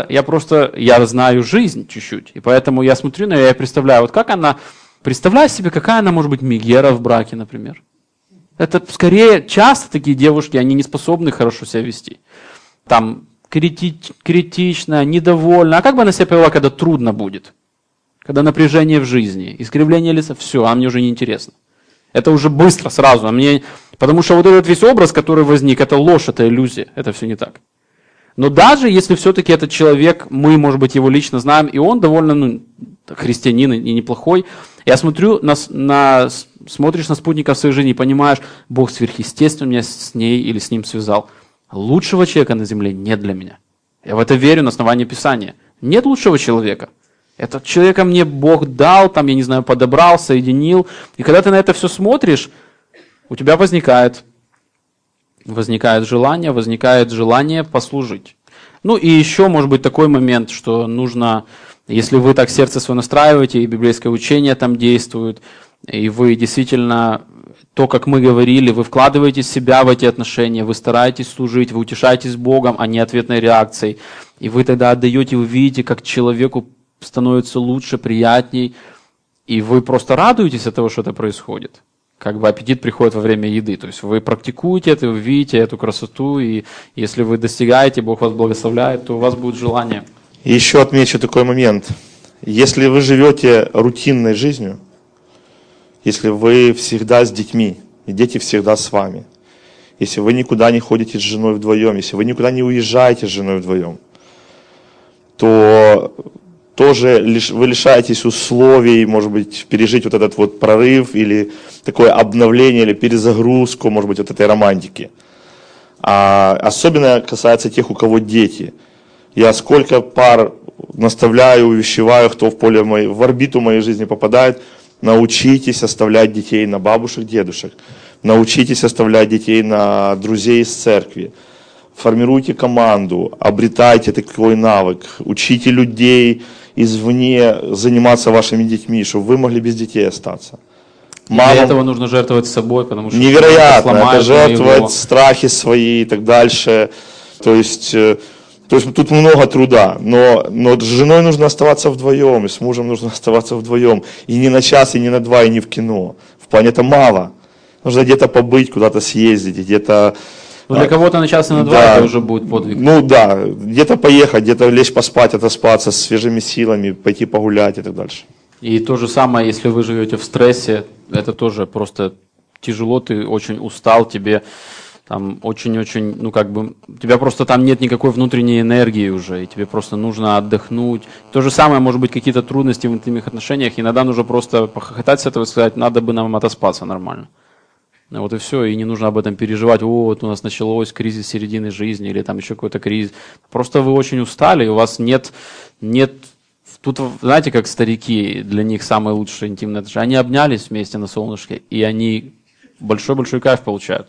я знаю жизнь чуть-чуть, и поэтому я смотрю на нее, я представляю, вот как она, представляю себе, какая она может быть мегера в браке, например. Это скорее часто такие девушки, они не способны хорошо себя вести. Там критичная, недовольна. А как бы она себя повела, когда трудно будет? Когда напряжение в жизни, искривление лица, все, а мне уже не интересно. Это уже быстро, сразу. Потому что вот этот весь образ, который возник, это ложь, это иллюзия, это все не так. Но даже если все-таки этот человек, мы, может быть, его лично знаем, и он довольно христианин и неплохой, я смотрю, смотришь на спутника в своей жизни и понимаешь, Бог сверхъестественно меня с ней или с ним связал. Лучшего человека на земле нет для меня. Я в это верю на основании Писания. Нет лучшего человека. Этот человека мне Бог дал, там, я не знаю, подобрал, соединил. И когда ты на это все смотришь, у тебя возникает желание послужить. И еще может быть такой момент, что нужно, если вы так сердце свое настраиваете, и библейское учение там действует, и вы действительно, то, как мы говорили, вы вкладываете себя в эти отношения, вы стараетесь служить, вы утешаетесь Богом, а не ответной реакцией. И вы тогда отдаете, вы видите, как человеку становится лучше, приятней, и вы просто радуетесь от того, что это происходит. как бы аппетит приходит во время еды. То есть вы практикуете это, вы видите эту красоту, и если вы достигаете, Бог вас благословляет, то у вас будет желание. И еще отмечу такой момент. Если вы живете рутинной жизнью, если вы всегда с детьми, и дети всегда с вами, если вы никуда не ходите с женой вдвоем, если вы никуда не уезжаете с женой вдвоем, то тоже вы лишаетесь условий, может быть, пережить вот этот вот прорыв или такое обновление, или перезагрузку, может быть, вот этой романтики. А особенно касается тех, у кого дети. Я сколько пар наставляю, увещеваю, кто в орбиту моей жизни попадает, научитесь оставлять детей на бабушек, дедушек, научитесь оставлять детей на друзей из церкви. Формируйте команду, обретайте такой навык, учите людей извне заниматься вашими детьми, чтобы вы могли без детей остаться. Для этого нужно жертвовать собой, потому что невероятно, это жертвовать страхи свои и так дальше. То есть тут много труда, но с женой нужно оставаться вдвоем, и с мужем нужно оставаться вдвоем. И не на час, и не на два, и не в кино. В плане это мало. Нужно где-то побыть, куда-то съездить, где-то... Для кого-то на час и на два это уже будет подвиг. Где-то поехать, где-то лечь поспать, отоспаться с свежими силами, пойти погулять и так дальше. И то же самое, если вы живете в стрессе, это тоже просто тяжело, ты очень устал, тебе там очень-очень, у тебя просто там нет никакой внутренней энергии уже, и тебе просто нужно отдохнуть. То же самое, может быть, какие-то трудности в интимных отношениях, иногда нужно просто похохотать с этого и сказать, надо бы нам отоспаться нормально. Вот и все, и не нужно об этом переживать, вот у нас началось кризис середины жизни или там еще какой-то кризис. Просто вы очень устали, и у вас нет. Тут, знаете, как старики, для них самые лучшие интимные отношения. Они обнялись вместе на солнышке, и они большой-большой кайф получают.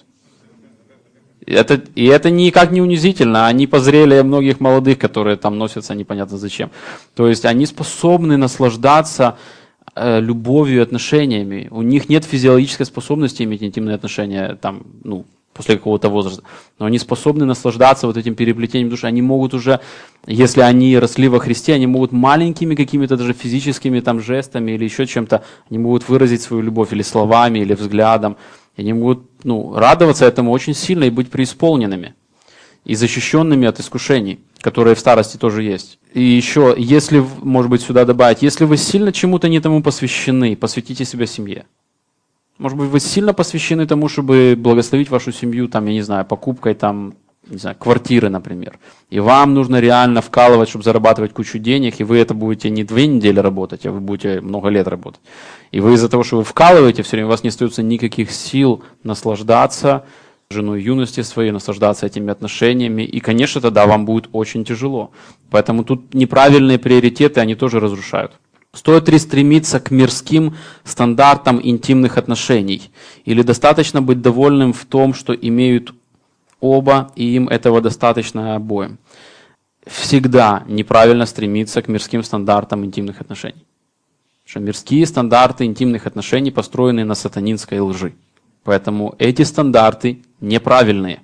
И это никак не унизительно, они позрели многих молодых, которые там носятся непонятно зачем. То есть они способны наслаждаться любовью и отношениями. У них нет физиологической способности иметь интимные отношения после какого-то возраста. Но они способны наслаждаться вот этим переплетением души. Они могут уже, если они росли во Христе, они могут маленькими какими-то даже физическими жестами или еще чем-то, они могут выразить свою любовь или словами, или взглядом. И они могут радоваться этому очень сильно и быть преисполненными. И защищенными от искушений, которые в старости тоже есть. И еще, если, может быть, сюда добавить, если вы сильно чему-то не тому посвящены, посвятите себя семье. Может быть, вы сильно посвящены тому, чтобы благословить вашу семью, покупкой, квартиры, например. И вам нужно реально вкалывать, чтобы зарабатывать кучу денег, и вы это будете не 2 недели работать, а вы будете много лет работать. И вы из-за того, что вы вкалываете, все время у вас не остается никаких сил наслаждаться женой юности своей, наслаждаться этими отношениями. И, конечно, тогда вам будет очень тяжело. Поэтому тут неправильные приоритеты, они тоже разрушают. Стоит ли стремиться к мирским стандартам интимных отношений? Или достаточно быть довольным в том, что имеют оба, и им этого достаточно обоим? Всегда неправильно стремиться к мирским стандартам интимных отношений. Потому что мирские стандарты интимных отношений построены на сатанинской лжи. Поэтому эти стандарты неправильные.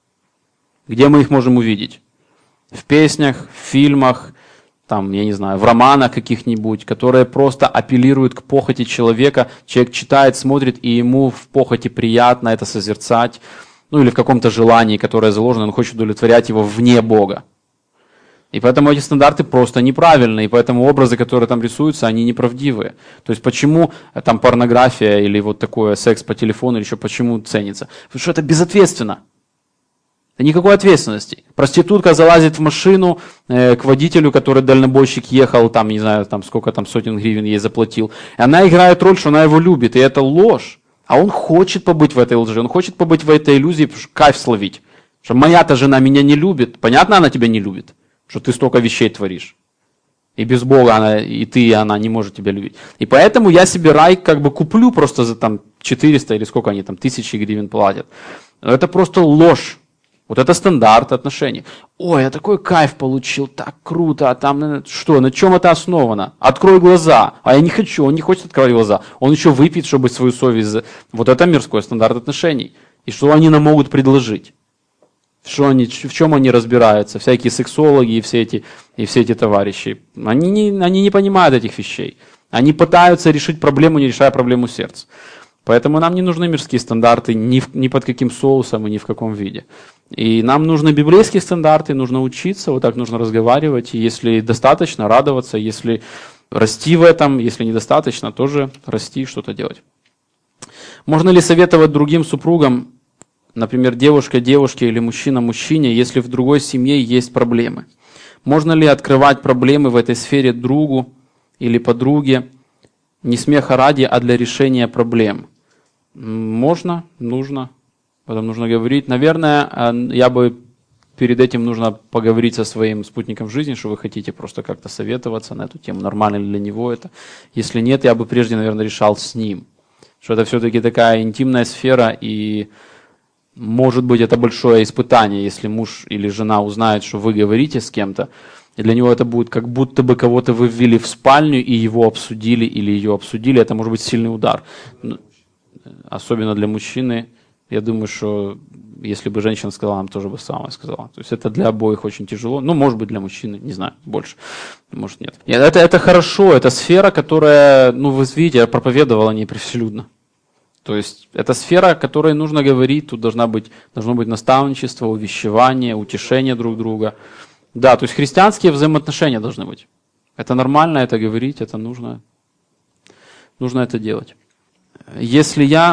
Где мы их можем увидеть? В песнях, в фильмах, в романах каких-нибудь, которые просто апеллируют к похоти человека. Человек читает, смотрит, и ему в похоти приятно это созерцать. Или в каком-то желании, которое заложено, он хочет удовлетворять его вне Бога. И поэтому эти стандарты просто неправильные, и поэтому образы, которые там рисуются, они неправдивые. То есть почему там порнография или вот такое секс по телефону, или еще почему ценится? Потому что это безответственно. Никакой ответственности. Проститутка залазит в машину к водителю, который дальнобойщик ехал, сколько сотен гривен ей заплатил. И она играет роль, что она его любит, и это ложь. А он хочет побыть в этой лжи, он хочет побыть в этой иллюзии, потому что кайф словить. Что моя-то жена меня не любит. Понятно, она тебя не любит, что ты столько вещей творишь. И без Бога и ты, и она не может тебя любить. И поэтому я себе рай куплю просто за 400 или сколько они 1000 гривен платят. Но это просто ложь. Вот это стандарт отношений. Ой, я такой кайф получил, так круто, а там что, на чем это основано? Открой глаза. А я не хочу, он не хочет открывать глаза. Он еще выпьет, чтобы свою совесть... Вот это мирской стандарт отношений. И что они нам могут предложить? В чем они разбираются? Всякие сексологи и все эти товарищи. Они не понимают этих вещей. Они пытаются решить проблему, не решая проблему сердца. Поэтому нам не нужны мирские стандарты ни под каким соусом и ни в каком виде. И нам нужны библейские стандарты, нужно учиться, вот так нужно разговаривать. И если достаточно, радоваться, если расти в этом, если недостаточно, тоже расти и что-то делать. Можно ли советовать другим супругам, например, девушка девушке или мужчина мужчине, если в другой семье есть проблемы? Можно ли открывать проблемы в этой сфере другу или подруге, не смеха ради, а для решения проблем? Можно, нужно. Об этом нужно говорить. Наверное, я бы перед этим нужно поговорить со своим спутником жизни, что вы хотите просто как-то советоваться на эту тему, нормально ли для него это. Если нет, я бы прежде, наверное, решал с ним. Что это все-таки такая интимная сфера, и может быть это большое испытание, если муж или жена узнают, что вы говорите с кем-то, и для него это будет как будто бы кого-то вы ввели в спальню, и его обсудили или ее обсудили. Это может быть сильный удар. Особенно для мужчины. Я думаю, что если бы женщина сказала, нам тоже бы самое сказала. То есть это для обоих очень тяжело. Ну, может быть, для мужчины, не знаю, больше. Может, нет. Это хорошо, это сфера, которая, ну, вы видите, я проповедовал о ней превселюдно. То есть это сфера, о которой нужно говорить, тут должно быть наставничество, увещевание, утешение друг друга. Да, то есть христианские взаимоотношения должны быть. Это нормально, это говорить, это нужно это делать. Если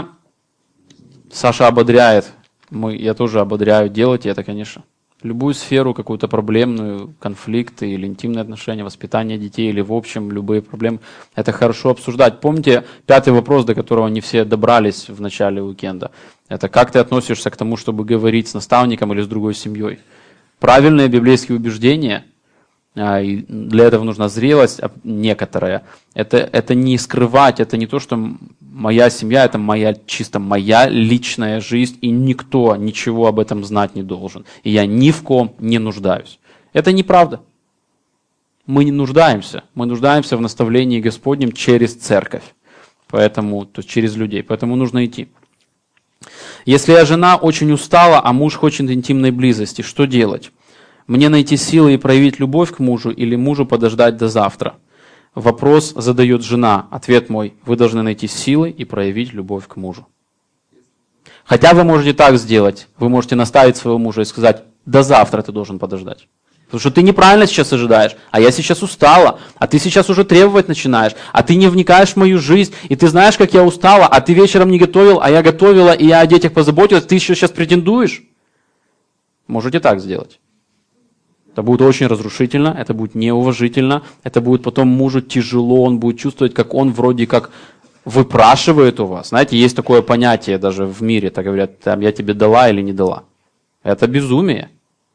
Саша ободряет, я тоже ободряю, делать это, конечно. Любую сферу, какую-то проблемную, конфликты или интимные отношения, воспитание детей или в общем любые проблемы, это хорошо обсуждать. Помните 5-й вопрос, до которого не все добрались в начале уикенда? Это как ты относишься к тому, чтобы говорить с наставником или с другой семьей? Правильные библейские убеждения, и для этого нужна зрелость некоторая. Это не скрывать, это не то, что моя семья, это чисто моя личная жизнь, и никто ничего об этом знать не должен. И я ни в ком не нуждаюсь. Это неправда. Мы не нуждаемся. Мы нуждаемся в наставлении Господнем через церковь, то есть через людей. Поэтому нужно идти. Если я жена очень устала, а муж хочет интимной близости, что делать? Мне найти силы и проявить любовь к мужу или мужу подождать до завтра? Вопрос задает жена. Ответ мой: вы должны найти силы и проявить любовь к мужу. Хотя вы можете так сделать. Вы можете наставить своего мужа и сказать: до завтра ты должен подождать. Потому что ты неправильно сейчас ожидаешь, а я сейчас устала, а ты сейчас уже требовать начинаешь, а ты не вникаешь в мою жизнь, и ты знаешь, как я устала, а ты вечером не готовил, а я готовила, и я о детях позаботилась, ты еще сейчас претендуешь? Можете так сделать. Это будет очень разрушительно, это будет неуважительно, это будет потом мужу тяжело, он будет чувствовать, как он вроде как выпрашивает у вас. Знаете, есть такое понятие даже в мире, так говорят, я тебе дала или не дала. Это безумие.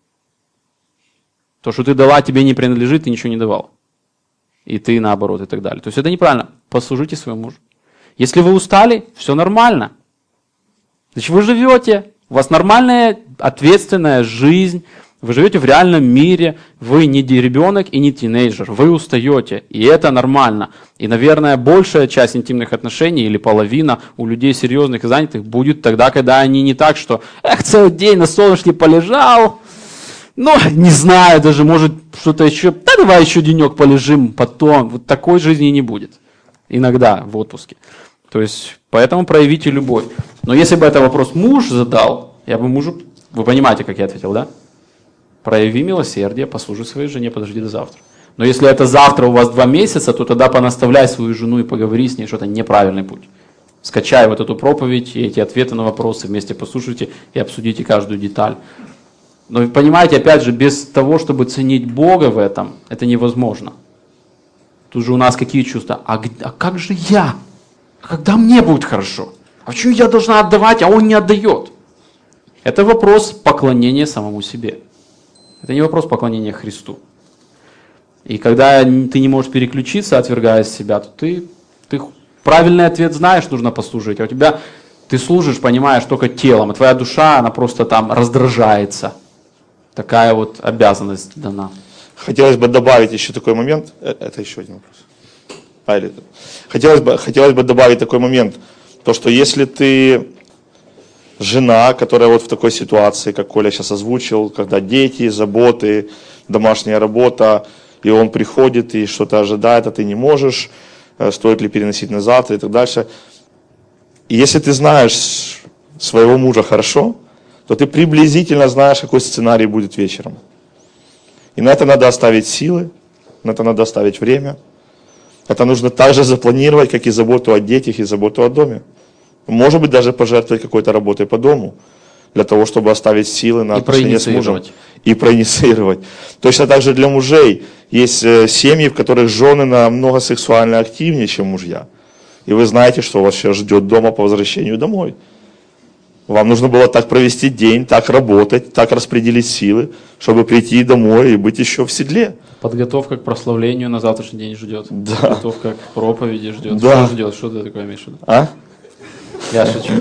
То, что ты дала, тебе не принадлежит, ты ничего не давал. И ты наоборот, и так далее. То есть это неправильно. Послужите своему мужу. Если вы устали, все нормально. Значит, вы живете, у вас нормальная, ответственная жизнь, вы живете в реальном мире, вы не ребенок и не тинейджер, вы устаете, и это нормально. И, наверное, большая часть интимных отношений или половина у людей серьезных и занятых будет тогда, когда они не так, что целый день на солнышке полежал, не знаю, даже может что-то еще, давай еще денек полежим потом. Вот такой жизни не будет. Иногда в отпуске. То есть, поэтому проявите любовь. Но если бы это вопрос муж задал, я бы мужу, вы понимаете, как я ответил, да? Прояви милосердие, послужи своей жене, подожди до завтра. Но если это завтра у вас 2 месяца, то тогда понаставляй свою жену и поговори с ней, что это неправильный путь. Скачай вот эту проповедь и эти ответы на вопросы, вместе послушайте и обсудите каждую деталь. Но понимаете, опять же, без того, чтобы ценить Бога в этом, это невозможно. Тут же у нас какие чувства? А как же я? Когда мне будет хорошо? А почему я должна отдавать, а он не отдает? Это вопрос поклонения самому себе. Это не вопрос поклонения Христу. И когда ты не можешь переключиться, отвергая себя, то ты правильный ответ знаешь, нужно послужить. А у тебя ты служишь, понимаешь, только телом. А твоя душа, она просто там раздражается. Такая вот обязанность дана. Хотелось бы добавить еще такой момент. Это еще один вопрос. Хотелось бы добавить такой момент. То, что если ты жена, которая вот в такой ситуации, как Коля сейчас озвучил, когда дети, заботы, домашняя работа, и он приходит и что-то ожидает, а ты не можешь, стоит ли переносить на завтра и так дальше. И если ты знаешь своего мужа хорошо, то ты приблизительно знаешь, какой сценарий будет вечером. И на это надо оставить силы, на это надо оставить время. Это нужно так же запланировать, как и заботу о детях, и заботу о доме. Может быть, даже пожертвовать какой-то работой по дому, для того, чтобы оставить силы на отношения с мужем. И проинициировать. Точно так же для мужей. Есть семьи, в которых жены намного сексуально активнее, чем мужья. И вы знаете, что вас сейчас ждет дома по возвращению домой. Вам нужно было так провести день, так работать, так распределить силы, чтобы прийти домой и быть еще в седле. Подготовка к прославлению на завтрашний день ждет. Да. Подготовка к проповеди ждет. Да. Что ждет? Что ты такое имеешь в виду? А? Я шучу.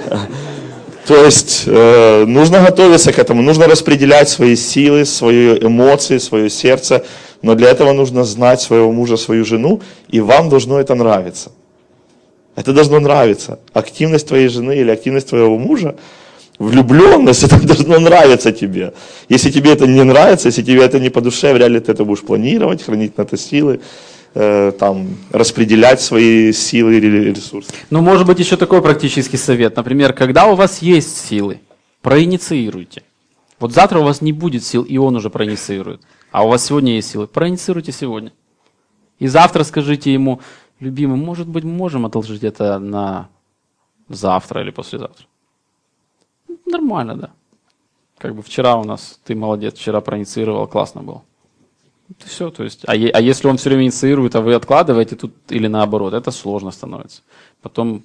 То есть нужно готовиться к этому, нужно распределять свои силы, свои эмоции, свое сердце, но для этого нужно знать своего мужа, свою жену, и вам должно это нравиться. Это должно нравиться. Активность твоей жены или активность твоего мужа, влюбленность, это должно нравиться тебе. Если тебе это не нравится, если тебе это не по душе, вряд ли ты это будешь планировать, хранить на это силы, распределять свои силы или ресурсы. Ну, может быть, еще такой практический совет. Например, когда у вас есть силы, проинициируйте. Вот завтра у вас не будет сил, и он уже проинициирует. А у вас сегодня есть силы. Проинициируйте сегодня. И завтра скажите ему: любимый, может быть, можем отложить это на завтра или послезавтра. Нормально, да. Как бы вчера у нас, ты молодец, вчера проинициировал, классно было. Все, то есть, а если он все время инициирует, а вы откладываете тут или наоборот, это сложно становится. Потом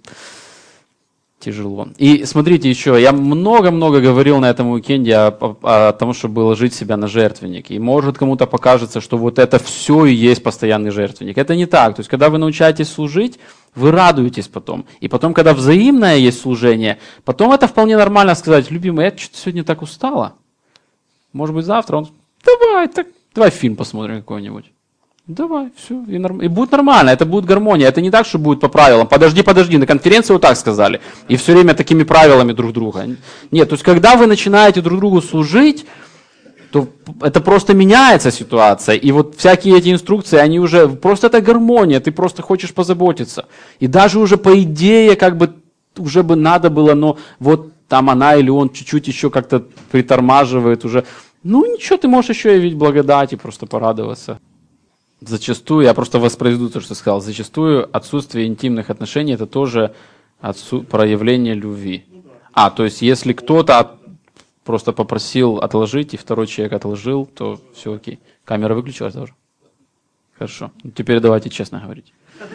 тяжело. И смотрите еще, я много-много говорил на этом уикенде о том, чтобы ложить себя на жертвенник. И может кому-то покажется, что вот это все и есть постоянный жертвенник. Это не так. То есть, когда вы научаетесь служить, вы радуетесь потом. И потом, когда взаимное есть служение, потом это вполне нормально сказать: любимый, я что-то сегодня так устала. Может быть, завтра он: давай фильм посмотрим какой-нибудь. Давай, все, и будет нормально, это будет гармония. Это не так, что будет по правилам. Подожди, на конференции вот так сказали. И все время такими правилами друг друга. Нет, то есть, когда вы начинаете друг другу служить, то это просто меняется ситуация. И вот всякие эти инструкции, они уже, просто это гармония, ты просто хочешь позаботиться. И даже уже по идее, как бы, уже бы надо было, но вот там она или он чуть-чуть еще как-то притормаживает уже. Ну ничего, ты можешь еще явить благодать и просто порадоваться. Зачастую, я просто воспроизведу то, что ты сказал, зачастую отсутствие интимных отношений – это тоже проявление любви. То есть если кто-то просто попросил отложить, и второй человек отложил, то все окей. Камера выключилась тоже? Хорошо. Теперь давайте честно говорить.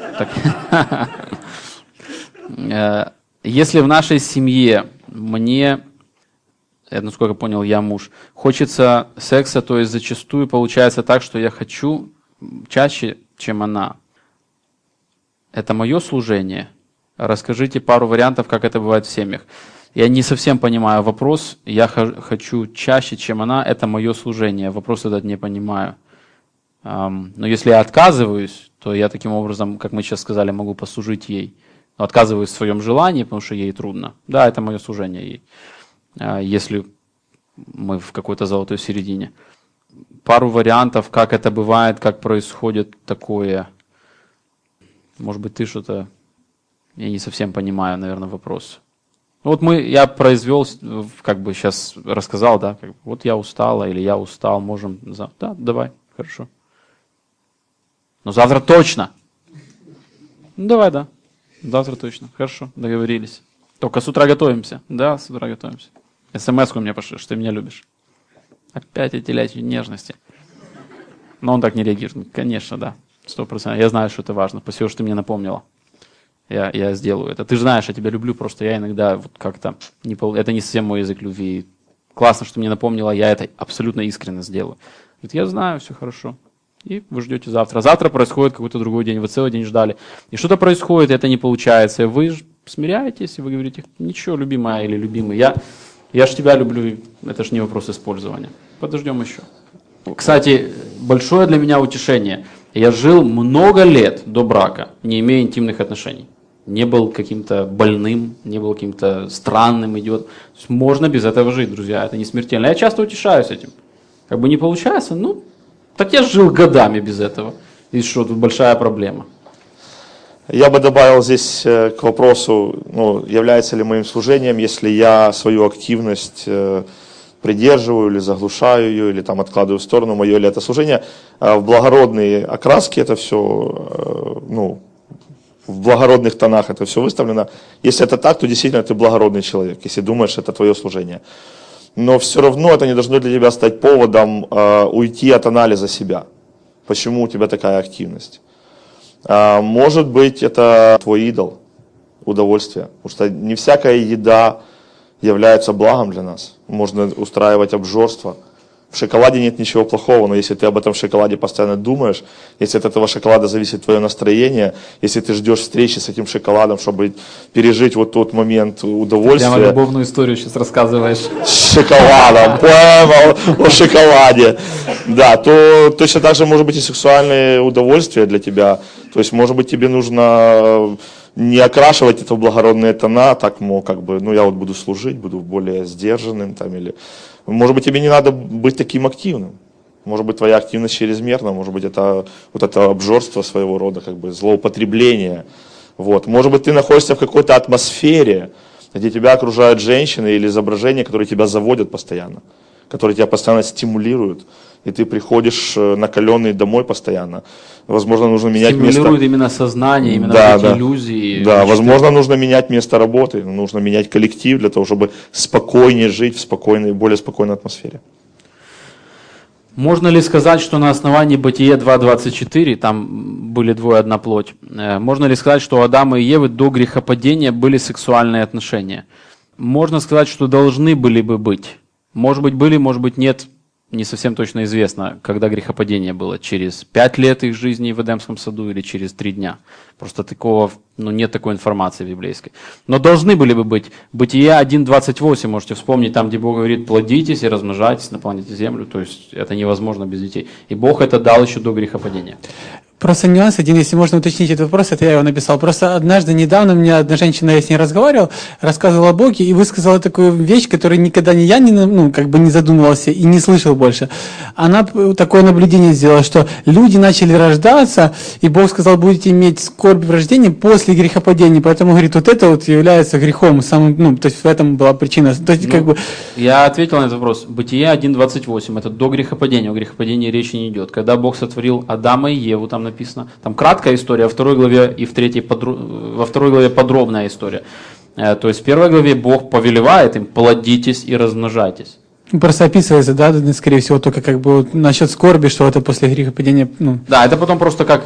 Если в нашей семье мне, насколько понял, я муж, хочется секса, то есть зачастую получается так, что я хочу чаще, чем она. Это мое служение? Расскажите пару вариантов, как это бывает в семьях. Я не совсем понимаю вопрос. Я хочу чаще, чем она. Это мое служение. Вопрос этот не понимаю. Но если я отказываюсь, то я таким образом, как мы сейчас сказали, могу послужить ей. Но отказываюсь в своем желании, потому что ей трудно. Да, это мое служение ей. Если мы в какой-то золотой середине. Пару вариантов, как это бывает, как происходит такое. Может быть, ты что-то... Я не совсем понимаю, наверное, вопрос. Вот я произвел, как бы сейчас рассказал, да, как бы, вот я устала или я устал, можем... Да, давай, хорошо. Но завтра точно. Ну, давай, да. Завтра точно. Хорошо, договорились. Только с утра готовимся. Да, с утра готовимся. СМС-ку мне пошли, что ты меня любишь. Опять эти телячьи нежности. Но он так не реагирует. Конечно, да. 100%. Я знаю, что это важно. Спасибо, что ты мне напомнила. Я сделаю это. Ты же знаешь, я тебя люблю, просто я иногда вот как-то... Это не совсем мой язык любви. Классно, что мне напомнила, я это абсолютно искренне сделаю. Говорит, я знаю, все хорошо. И вы ждете завтра. Завтра происходит какой-то другой день, вы целый день ждали. И что-то происходит, и это не получается. И вы смиряетесь, и вы говорите, ничего, любимая или любимый, я ж тебя люблю, это ж не вопрос использования. Подождем еще. Кстати, большое для меня утешение. Я жил много лет до брака, не имея интимных отношений. Не был каким-то больным, не был каким-то странным идиотом. Можно без этого жить, друзья, это не смертельно. Я часто утешаюсь этим. Как бы не получается, так я жил годами без этого. И что, тут большая проблема. Я бы добавил здесь к вопросу, является ли моим служением, если я свою активность придерживаю или заглушаю ее, или там откладываю в сторону, мое ли это служение. В благородные окраски это все, в благородных тонах это все выставлено. Если это так, то действительно ты благородный человек, если думаешь, это твое служение. Но все равно это не должно для тебя стать поводом уйти от анализа себя. Почему у тебя такая активность? Может быть, это твой идол, удовольствие. Потому что не всякая еда является благом для нас. Можно устраивать обжорство. В шоколаде нет ничего плохого, но если ты об этом шоколаде постоянно думаешь, если от этого шоколада зависит твое настроение, если ты ждешь встречи с этим шоколадом, чтобы пережить вот тот момент удовольствия. Прямо любовную историю сейчас рассказываешь. С шоколадом, понял, о шоколаде. Да, то точно так же может быть и сексуальное удовольствие для тебя. То есть, может быть, тебе нужно не окрашивать это в благородные тона, так, я вот буду служить, буду более сдержанным там, или... Может быть, тебе не надо быть таким активным. Может быть, твоя активность чрезмерна, может быть, это вот это обжорство своего рода, злоупотребление. Вот. Может быть, ты находишься в какой-то атмосфере, где тебя окружают женщины или изображения, которые тебя заводят постоянно, которые тебя постоянно стимулируют. И ты приходишь накаленный домой постоянно. Возможно, нужно менять место. Стимулирует именно сознание, именно эти иллюзии. Да, возможно, нужно менять место работы, нужно менять коллектив для того, чтобы спокойнее жить в спокойной, более спокойной атмосфере. Можно ли сказать, что на основании Бытие 2.24, там были двое, одна плоть, можно ли сказать, что у Адама и Евы до грехопадения были сексуальные отношения? Можно сказать, что должны были бы быть. Может быть, были, может быть, нет. Не совсем точно известно, когда грехопадение было, через 5 лет их жизни в Эдемском саду или через 3 дня. Просто нет такой информации библейской. Но должны были бы быть. Бытие 1.28, можете вспомнить, там, где Бог говорит, плодитесь и размножайтесь, наполняйте землю. То есть это невозможно без детей. И Бог это дал еще до грехопадения. Просто нюанс один, если можно уточнить этот вопрос, это я его написал. Просто однажды, недавно, мне одна женщина, я с ней разговаривал, рассказывала о Боге и высказала такую вещь, которую никогда я не задумывался и не слышал больше. Она такое наблюдение сделала, что люди начали рождаться, и Бог сказал, будете иметь скорбь в рождении после грехопадения. Поэтому, говорит, вот это вот является грехом, то есть в этом была причина. То есть, Я ответил на этот вопрос. Бытие 1.28, это до грехопадения, о грехопадении речи не идет. Когда Бог сотворил Адама и Еву, там написано. Там краткая история, во второй главе и во второй главе подробная история. То есть в первой главе Бог повелевает им, плодитесь и размножайтесь. Просто описывается, да, скорее всего, только насчет скорби, что это после грехопадения. Да, это потом просто как,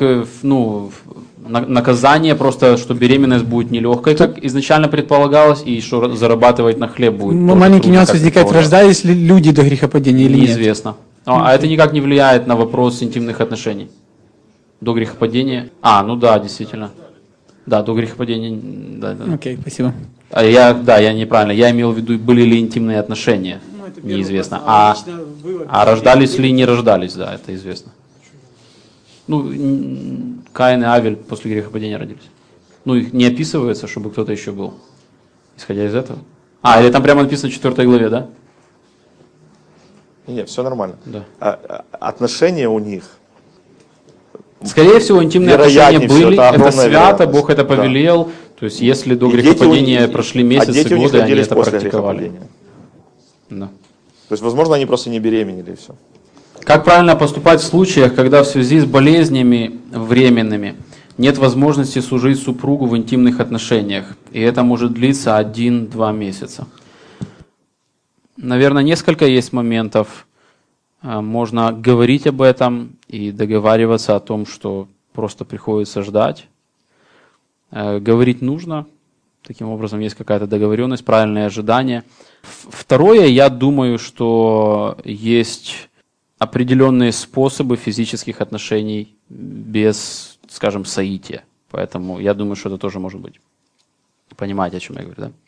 наказание, просто, что беременность будет нелегкой, как изначально предполагалось, и что зарабатывать на хлеб будет. Маленький нюанс возникает, рождались ли люди до грехопадения или нет? Неизвестно. А это никак не влияет на вопрос интимных отношений. До грехопадения. Да, действительно. Да, до грехопадения. Да. Окей, спасибо. Я неправильно. Я имел в виду, были ли интимные отношения. Неизвестно. А рождались ли, не рождались, да, это известно. Каин и Авель после грехопадения родились. Их не описывается, чтобы кто-то еще был. Исходя из этого. Или там прямо написано в 4 главе, да? Нет, все нормально. Да. Отношения у них. Скорее всего, интимные отношения были, это свято, Бог это повелел. Да. То есть, если до грехопадения прошли месяцы, годы, они это практиковали. Да. То есть, возможно, они просто не беременели и все. Как правильно поступать в случаях, когда в связи с болезнями временными нет возможности служить супругу в интимных отношениях, и это может длиться 1-2 месяца? Наверное, несколько есть моментов. Можно говорить об этом и договариваться о том, что просто приходится ждать. Говорить нужно. Таким образом, есть какая-то договоренность, правильное ожидание. Второе, я думаю, что есть определенные способы физических отношений без, скажем, соития. Поэтому я думаю, что это тоже может быть. Понимаете, о чем я говорю, да?